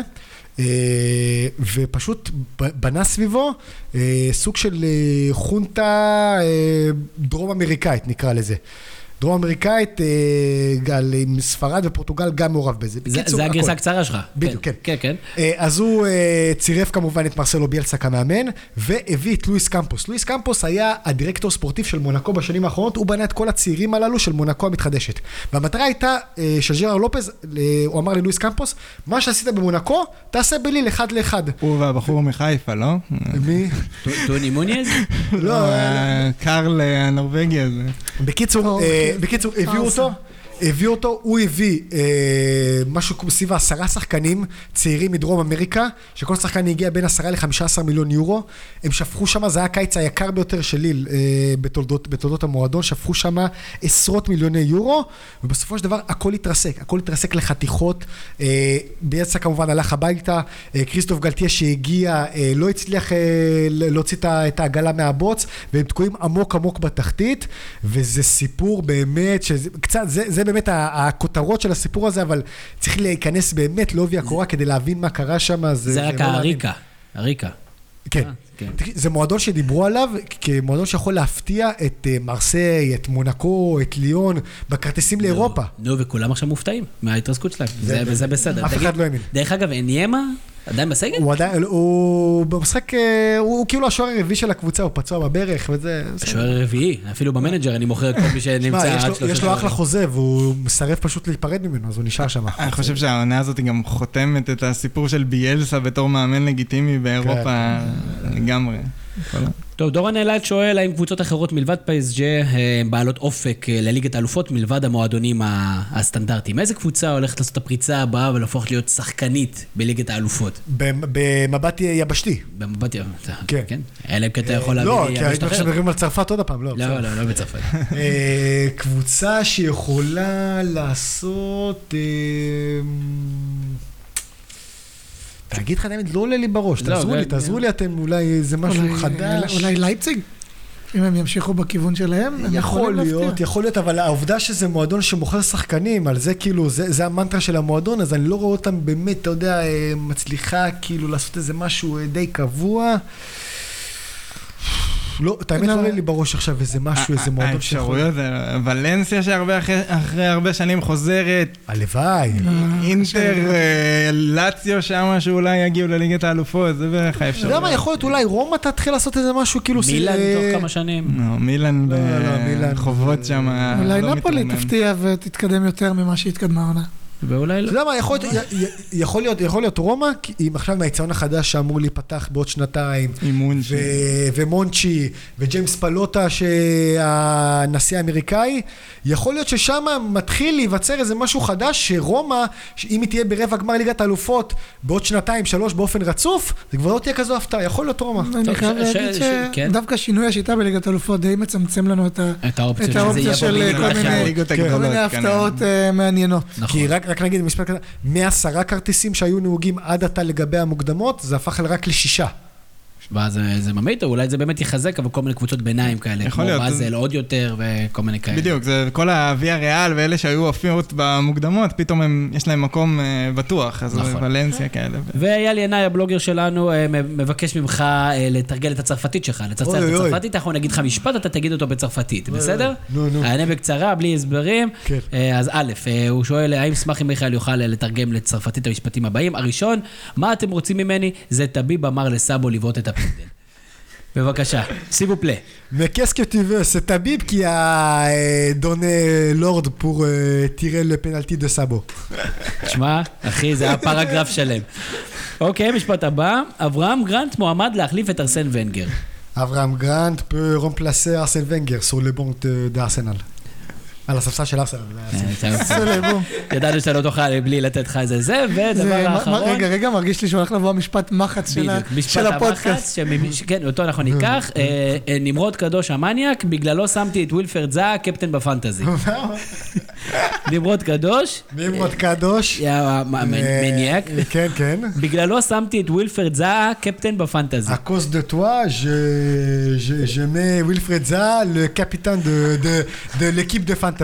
ופשוט בנה סביבו סוג של חונטה דרום אמריקאית, נקרא לזה. דרום אמריקאית, עם ספרד ופורטוגל גם מעורב בזה. זה הגרסה הקצרה שלך. בדיוק, כן. כן, כן. אז הוא צירף כמובן את מרסלו ביאלסה כמאמן, והביא את לואיס קמפוס. לואיס קמפוס היה הדירקטור ספורטיב של מונקו בשנים האחרונות, הוא בנה את כל הצעירים הללו של מונקו המתחדשת. והמטרה הייתה של ז'רר לופז, הוא אמר ללואיס קמפוס, מה שעשית במונקו, תעשה בליל אחד לאחד. הוא והבחור מחיפה, לא? מי? טוני מוניאז? לא, קארל הנורווגי הזה. בקיצור, בקיצור, הביאו אותו, הביאו אותו, הוא הביא משהו כמו סביב עשרה שחקנים צעירים מדרום אמריקה, שכל שחקן הגיע בין עשרה לחמישה עשר מיליון יורו, הם שפכו שם, זה היה הקיץ היקר ביותר של ליל בתולדות, בתולדות המועדון, שפכו שם עשרות מיליוני יורו, ובסופו של דבר הכל התרסק, הכל התרסק לחתיכות, ביאלסה כמובן הלך הביתה, כריסטוף גלטיה שהגיע, לא הצליח להוציא את העגלה מהבוץ, והם תקועים עמוק עמוק בתחתית, וזה סיפור באמת, שזה, קצת, זה, זה באמת הכותרות של הסיפור הזה, אבל צריך להיכנס באמת לעובי הקורה כדי להבין מה קרה שם. זה רק הריקה, הריקה. כן, זה מועדון שדיברו עליו כמועדון שיכול להפתיע את מרסיי, את מונקו, את ליון, בכרטיסים לאירופה. נו, וכולם עכשיו מופתעים מההתרסקות שלהם, וזה בסדר. אף אחד לא האמין. דרך אגב, אניימה עדיין בסגל? הוא עדיין, הוא במשחק, הוא כאילו השוער הרביעי של הקבוצה, הוא פצוע בברך וזה... השוער הרביעי, אפילו במנג'ר אני מוכר כל מי שנמצא... יש לו אחלה חוזה, והוא מסרב פשוט להיפרד ממנו, אז הוא נשאר שם. אני חושב שהעונה הזאת גם חותמת את הסיפור של ביאלסה בתור מאמן לגיטימי באירופה לגמרי. טוב, דורן אלעד שואל, האם קבוצות אחרות מלבד פי אס ג'י בעלות אופק לליגת האלופות מלבד המועדונים הסטנדרטיים? איזה קבוצה הולכת לעשות את הפריצה הבאה ולהפוך להיות שחקנית בליגת האלופות? במבט יבשתי. במבט יבשתי, כן. כן. אלא אם כי אתה יכול להביא לא, כי היינו מדברים על צרפת עוד הפעם, לא. לא, לא, לא בצרפת. קבוצה שיכולה לעשות... תגיד לך, תמיד, לא עולה לי בראש, תעזרו לי, תעזרו לי, אתם אולי איזה משהו חדש. אולי לייפציג? אם הם ימשיכו בכיוון שלהם, הם יכולים להפתיע. יכול להיות, יכול להיות, אבל העובדה שזה מועדון שמוכר שחקנים, על זה כאילו, זה, זה המנטרה של המועדון, אז אני לא רואה אותם באמת, אתה יודע, מצליחה כאילו לעשות איזה משהו די קבוע. לא, את האמת לא עולה לי בראש עכשיו איזה משהו, איזה מועדון שיכול. האפשרויות זה ולנסיה שאחרי הרבה שנים חוזרת. הלוואי. אינטר, לציו שם שאולי יגיעו לליגת האלופות, זה בערך האפשרויות. אתה יודע מה, יכול להיות אולי רומא תתחיל לעשות איזה משהו כאילו... מילאן תוך כמה שנים. לא, מילאן בחובות שם. אולי נפולי תפתיע ותתקדם יותר ממה שהתקדמה העונה. ואולי לא. אתה יודע מה, יכול להיות, יכול להיות רומא, אם עכשיו מהיציון החדש שאמור להיפתח בעוד שנתיים, ומונצ'י, וג'יימס פלוטה, שהנשיא האמריקאי, יכול להיות ששם מתחיל להיווצר איזה משהו חדש, שרומא, אם היא תהיה ברבע גמר ליגת האלופות, בעוד שנתיים, שלוש, באופן רצוף, זה כבר לא תהיה כזו הפתעה, יכול להיות רומא. אני חייב להגיד שדווקא שינוי השיטה בליגת האלופות די מצמצם לנו את האופציה של כל מיני הפתעות מעניינות. כי רק נגיד במשפט כזה, מעשרה כרטיסים שהיו נהוגים עד עתה לגבי המוקדמות, זה הפך רק לשישה. זה ממית, או אולי זה באמת יחזק, אבל כל מיני קבוצות ביניים כאלה, כמו באזל עוד יותר וכל מיני כאלה. בדיוק, זה כל הוויה ריאל ואלה שהיו הופיעות במוקדמות, פתאום יש להם מקום בטוח, אז ולנסיה כאלה. ואייל ינאי, הבלוגר שלנו, מבקש ממך לתרגל את הצרפתית שלך, לצרצח את הצרפתית, אנחנו נגיד לך משפט, אתה תגיד אותו בצרפתית, בסדר? הענה בקצרה, בלי הסברים. אז א', הוא שואל, האם שמח אם מיכאל יוכל לתרגם לצרפתית המשפטים הבאים? הראשון, מה אתם רוצים ממני? זה טביב אמר לסאבו לבעוט את הפנדל. בבקשה, s'il vous plaît. Mais qu'est-ce que tu veux? C'est Tabib qui a donné l'ordre pour tirer le penalty de Sabo. תשמע, אחי, זה הפרגרף שלם. אוקיי, משפט הבא. אברהם גרנט מועמד להחליף את ארסן ונגר. אברהם גרנט peut remplacer Arsène Wenger sur le banc d'Arsenal. על הספסל של ארסנל. ידענו שאתה לא תוכל בלי לתת לך איזה זה, ודבר האחרון. רגע, רגע, מרגיש לי שהולך לבוא משפט מחץ של הפודקאסט. כן, אותו אנחנו ניקח. נמרוד קדוש המניאק, בגללו שמתי את ווילפרד זאה, קפטן בפנטזי. נמרוד קדוש. נמרוד קדוש. מניאק. כן, כן. בגללו שמתי את ווילפרד זאה, קפטן בפנטזי. À cause de toi, je mets Wilfred Zaha, le capitaine de l'équipe de fantasy.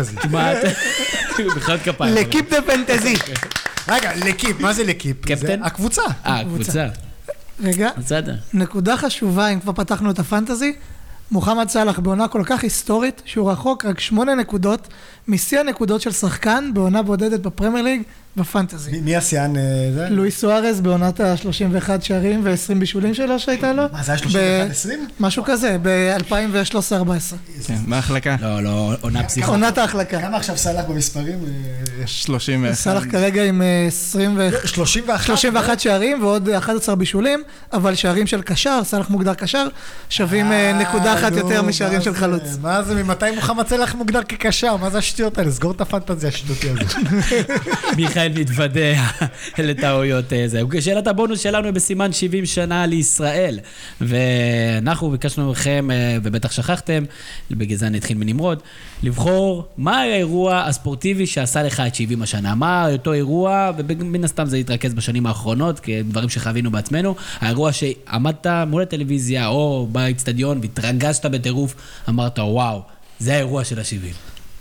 לקיפ דה פנטזי. רגע, לקיפ, מה זה לקיפ? קפטן? הקבוצה. אה, הקבוצה. רגע, נקודה חשובה, אם כבר פתחנו את הפנטזי, מוחמד סלאח בעונה כל כך היסטורית, שהוא רחוק רק שמונה נקודות, משיא הנקודות של שחקן בעונה בודדת בפרמייר ליג, בפנטזי. מי השיאן זה? לואיס סוארז בעונת ה-שלושים ואחת שערים ו-עשרים בישולים שלו שהייתה לו. מה זה היה שלושים ואחת עשרים? משהו כזה, ב-אלפיים ושלוש עשרה ארבע עשרה. בהחלקה. לא, לא, עונה פסיכית. עונת ההחלקה. כמה עכשיו סלאח במספרים? שלושים ואחת. סלאח כרגע עם שלושים ואחת שערים ועוד אחד עשר בישולים, אבל שערים של קשר, סלאח מוגדר קשר, שווים נקודה אחת יותר משערים של חלוץ. מה זה, ממתי מוחמד סלאח מוגדר כקשר? מה זה השטויות האלה? סגור את הפנטזיה השטותי הזה. מיכאל מתוודע לטעויות זה. שאלת הבונוס שלנו בסימן שבעים שנה לישראל. ואנחנו ביקשנו מכם, ובטח שכחתם, בגלל זה נתחיל מנמרוד, לבחור מה האירוע הספורטיבי שעשה לך את שבעים השנה. מה אותו אירוע, ומן הסתם זה יתרכז בשנים האחרונות, כדברים שחווינו בעצמנו. האירוע שעמדת מול הטלוויזיה או באצטדיון והתרגשת בטירוף, אמרת וואו, זה האירוע של השבעים.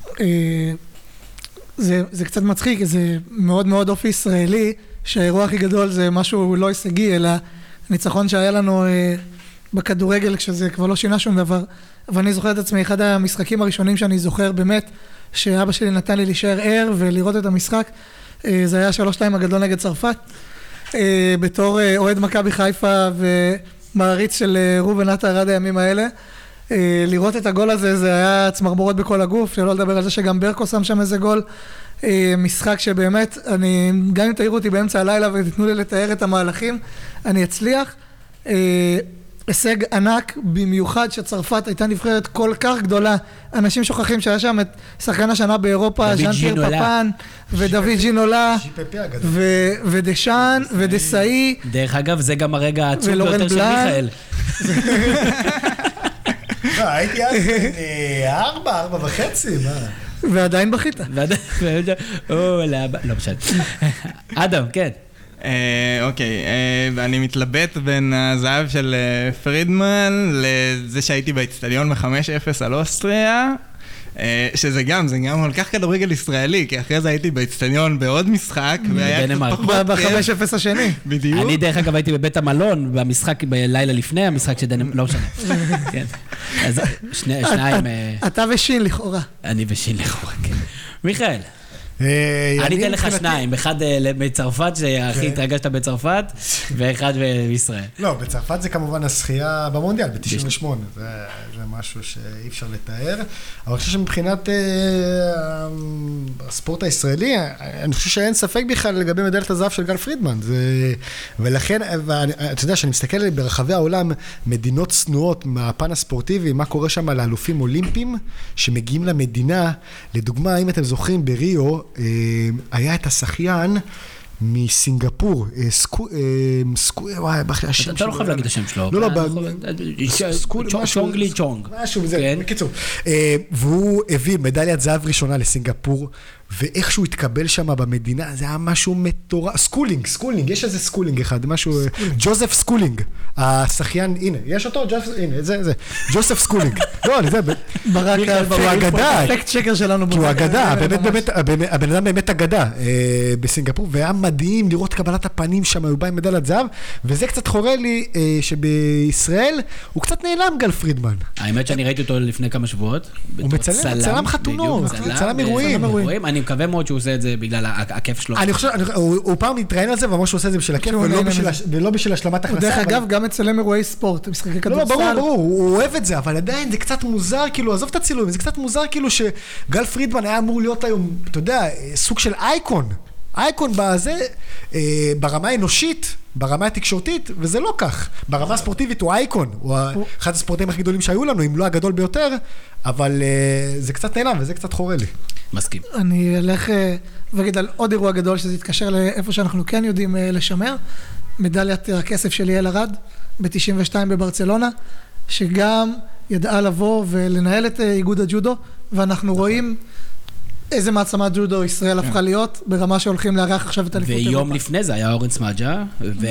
זה, זה קצת מצחיק, זה מאוד מאוד אופי ישראלי, שהאירוע הכי גדול זה משהו לא הישגי, אלא ניצחון שהיה לנו אה, בכדורגל, כשזה כבר לא שינה שום דבר. אבל אני זוכר את עצמי, אחד המשחקים הראשונים שאני זוכר באמת, שאבא שלי נתן לי להישאר ער ולראות את המשחק, אה, זה היה שלוש שתיים הגדול נגד צרפת, אה, בתור אה, אוהד מכבי חיפה ומעריץ של אה, רובן עטר עד הימים האלה. לראות את הגול הזה, זה היה צמרמורות בכל הגוף, שלא לדבר על זה שגם ברקו שם שם איזה גול. משחק שבאמת, אני, גם אם תאירו אותי באמצע הלילה ותתנו לי לתאר את המהלכים, אני אצליח. הישג ענק, במיוחד שצרפת הייתה נבחרת כל כך גדולה. אנשים שוכחים שהיה שם את שחקן השנה באירופה, ז'אן פייר פפן, ודוד ג'ינולה, ודשאן, ודסאי. דרך אגב, זה גם הרגע העצוב ביותר של מיכאל. הייתי אז ארבע, ארבע וחצי, מה? ועדיין בכית. לא משנה. אדם, כן. אוקיי, אוקיי, ואני מתלבט בין הזהב של פרידמן לזה שהייתי באצטדיון ב-חמש אפס על אוסטריה, שזה גם, זה גם כל כך כדורגל ישראלי, כי אחרי זה הייתי באצטדיון בעוד משחק, והיה קצת פחות ב-חמש אפס השני. בדיוק. אני דרך אגב הייתי בבית המלון, במשחק בלילה לפני, המשחק שדנמרק, לא משנה. כן. אז שניים... אתה ושין לכאורה. אני ושין לכאורה, כן. מיכאל. אני אתן לך שניים, אחד מצרפת, שהכי התרגשת בצרפת, ואחד בישראל. לא, בצרפת זה כמובן השחייה במונדיאל, ב-תשעים ושמונה, זה משהו שאי אפשר לתאר, אבל אני חושב שמבחינת הספורט הישראלי, אני חושב שאין ספק בכלל לגבי מדליית הזהב של גל פרידמן, ולכן, אתה יודע, שאני מסתכל ברחבי העולם, מדינות צנועות מהפן הספורטיבי, מה קורה שם לאלופים אולימפיים, שמגיעים למדינה, לדוגמה, אם אתם זוכרים בריו, היה את השחיין מסינגפור, סקו, סקו, וואי, השם אתה לא חייב להגיד השם שלו. לא, לא, צ'ונג לי צ'ונג. משהו, זה, בקיצור. והוא הביא מדליית זהב ראשונה לסינגפור, ואיך שהוא התקבל שם במדינה, זה היה משהו מטורף. סקולינג, סקולינג, יש איזה סקולינג אחד, משהו, ג'וזף סקולינג, השחיין, הנה, יש אותו, הנה, זה, זה, ג'וזף סקולינג. לא, זה, ברק, הוא אגדה. אפקט שקר שלנו. כי הוא אגדה, באמת, באמת, הבן אדם באמת אגדה בסינגפור, והיה מדהים לראות קבלת הפנים שם, הוא בא עם מדליית זהב, וזה קצת חורה לי שבישראל הוא קצת נעלם גל פרידמן. האמת שאני ראיתי אותו לפני כמה שבועות. הוא מצלם, צלם חתונות, צלם אירועים. אני מקווה מאוד שהוא עושה את זה בגלל הכיף שלו. אני חושב, הוא פעם מתראיין על זה, ואמר שהוא עושה את זה בשביל הכיף, ולא בשביל השלמת הכנסה. דרך אגב, גם מצלם אירועי ספורט, משחקי כדורסל. לא, ברור, ברור, הוא אוהב את זה, אבל עדיין זה קצת מוזר, כאילו, עזוב את הצילומים, זה קצת מוזר, כאילו, שגל פרידמן היה אמור להיות היום, אתה יודע, סוג של אייקון. אייקון בזה, ברמה האנושית, ברמה התקשורתית, וזה לא כך. ברמה הספורטיבית הוא אייקון, הוא אחד הספורטאים הכי גדולים שהיו לנו, אם לא הגדול ביותר, אבל זה קצת נעלם, וזה קצת חורה לי. מסכים. אני אלך ואגיד על עוד אירוע גדול, שזה יתקשר לאיפה שאנחנו כן יודעים לשמר, מדליית הכסף של ליאל ארד, ב-תשעים ושתיים בברצלונה, שגם ידעה לבוא ולנהל את איגוד הג'ודו, ואנחנו רואים איזה מעצמת ג'ודו ישראל הפכה להיות, ברמה שהולכים לארח עכשיו את אליפות אירופה. ויום לפני זה היה אורן סמאג'ה,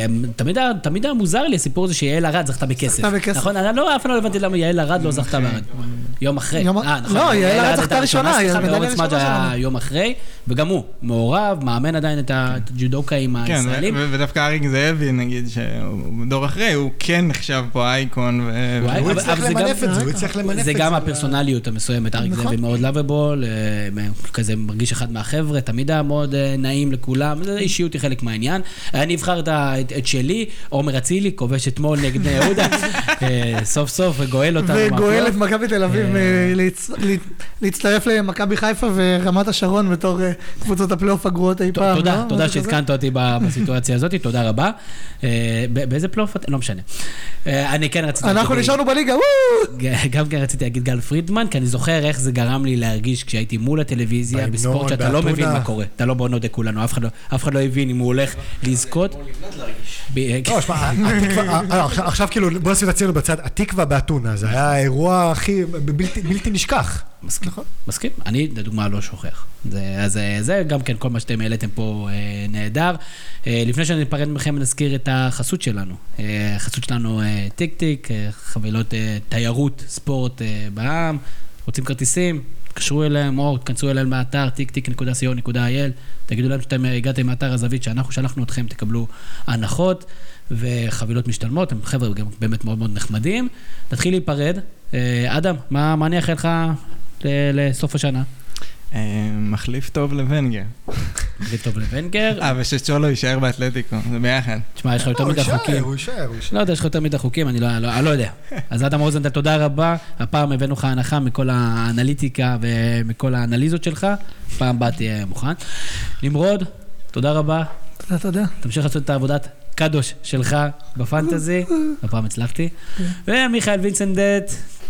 ותמיד היה מוזר לי הסיפור הזה שיעל ארד זכתה בכסף. זכתה בכסף. נכון, אני לא, אף פעם לא הבנתי למה יעל ארד לא זכתה בארד. יום אחרי. לא, יעל ארד זכתה ראשונה. ואורן סמאג'ה היה יום אחרי, וגם הוא מעורב, מאמן עדיין את הג'ודוקאים הישראלים. כן, ודווקא אריק זאבי, נגיד, שהוא דור אחרי, הוא כן נחשב פה אייקון. הוא הצליח למנף את זה, הוא הצליח למנף את זה. זה גם הפרסונליות המסוימת, אריק זאבי מאוד לאבבול, כזה מרגיש אחד מהחבר'ה, תמיד היה מאוד נעים לכולם, זה אישיות היא חלק מהעניין. אני אבחר את שלי, עומר אצילי, כובש אתמול נגד בני יהודה, סוף סוף, וגואל אותנו. וגואל את מכבי תל אביב להצטרף למכבי חיפה ורמת השרון בתור קבוצות הפלייאוף הגרועות אי פעם. תודה, תודה שהזכנת אותי בסיטואציה הזאת, תודה רבה. באיזה פלייאוף? לא משנה. אני כן רציתי... אנחנו נשארנו בליגה, גם כן רציתי להגיד גל פרידמן, כי אני זוכר איך זה גרם לי להרגיש כשהייתי מול הטלוויזיה, בספורט שאתה לא מבין מה קורה. אתה לא בוא נודה כולנו, אף אחד לא הבין אם הוא הולך לזכות. עכשיו כאילו, בוא נשים את עצמנו בצד, התקווה באתונה, זה היה האירוע הכי בלתי נשכח. מסכים, מסכים. אני, לדוגמה, לא שוכח. אז זה גם כן, כל מה שאתם העליתם פה נהדר. לפני שאני נפרד מכם, נזכיר את החסות שלנו. החסות שלנו טיק טיק, חבילות תיירות, ספורט בעם. רוצים כרטיסים? תקשרו אליהם או תכנסו אליהם באתר טיק טיק נקודה סי או נקודה איי אל, תגידו להם שאתם הגעתם מאתר הזווית שאנחנו שלחנו אתכם, תקבלו הנחות וחבילות משתלמות, הם חבר'ה גם באמת מאוד מאוד נחמדים. נתחיל להיפרד. אדם, מה, מה אני אאחל לך לסוף השנה? מחליף טוב לוונגר. מחליף טוב לוונגר. אה, ושצ'ולו יישאר באתלטיקו, זה ביחד. תשמע, יש לך יותר מדי חוקים. הוא יישאר, הוא יישאר. לא יודע, יש לך יותר מדי חוקים, אני לא יודע. אז אדם רוזנטל, תודה רבה. הפעם הבאנו לך הנחה מכל האנליטיקה ומכל האנליזות שלך. פעם בא תהיה מוכן. נמרוד, תודה רבה. תודה, תודה. תמשיך לעשות את העבודת קדוש שלך בפנטזי. הפעם הצלחתי. ומיכאל וינסנדט,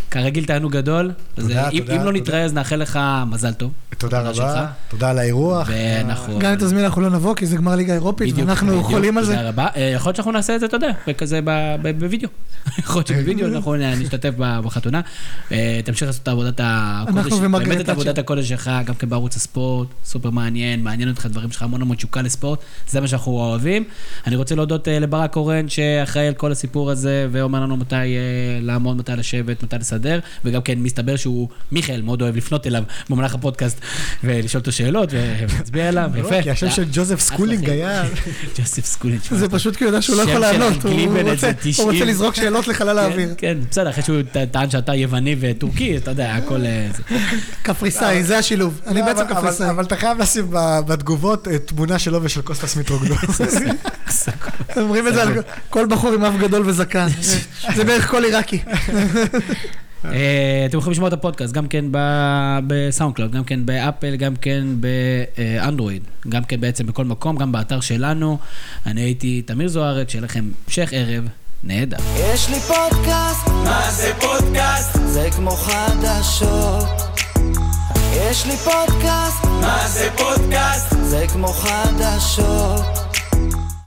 כרגיל תענוג גדול. אם לא נתראה, אז נאחל לך מזל טוב. תודה רבה, תודה על האירוח. גם אם תזמין אנחנו לא נבוא, כי זה גמר ליגה אירופית, ואנחנו חולים על זה. תודה רבה. יכול להיות שאנחנו נעשה את זה, אתה יודע, וכזה בווידאו. יכול להיות שבווידאו אנחנו נשתתף בחתונה. תמשיך לעשות את עבודת הקודש, באמת את עבודת הקודש שלך, גם כן בערוץ הספורט, סופר מעניין, מעניין אותך דברים שלך, המון המון תשוקה לספורט, זה מה שאנחנו אוהבים. אני רוצה להודות לברק קורן, שאחראי על כל הסיפור הזה, ואומר לנו מתי לעמוד, מתי לשבת, מתי לסדר, וגם כן מסתבר שהוא, מיכאל, מאוד אוהב לפנות אליו במהלך הפודקאסט, ולשאול אותו שאלות, ולהצביע אליו, יפה. כי השם של ג'וזף סקולינג היה... ג'וזף סקולינג. זה פשוט כי הוא יודע שהוא לא יכול לענות, הוא רוצה לזרוק שאלות לחלל האוויר. כן, בסדר, אחרי שהוא טען שאתה יווני וטורקי, אתה יודע, הכל... קפריסאי, זה השילוב. אני בעצם קפריסאי. אבל אתה חייב לשים בתגובות תמונה שלו ושל קוסטס מיטרוגלו. אומרים את זה על כל בחור עם אף גדול וזקן. זה בערך כל עיראקי. אתם יכולים לשמוע את הפודקאסט, גם כן בסאונדקלאוד, גם כן באפל, גם כן באנדרואיד, גם כן בעצם בכל מקום, גם באתר שלנו. אני הייתי תמיר זוארץ, שיהיה לכם המשך ערב נהדר. יש לי פודקאסט, מה זה פודקאסט? זה כמו חדשות. יש לי פודקאסט, מה זה פודקאסט? זה כמו חדשות.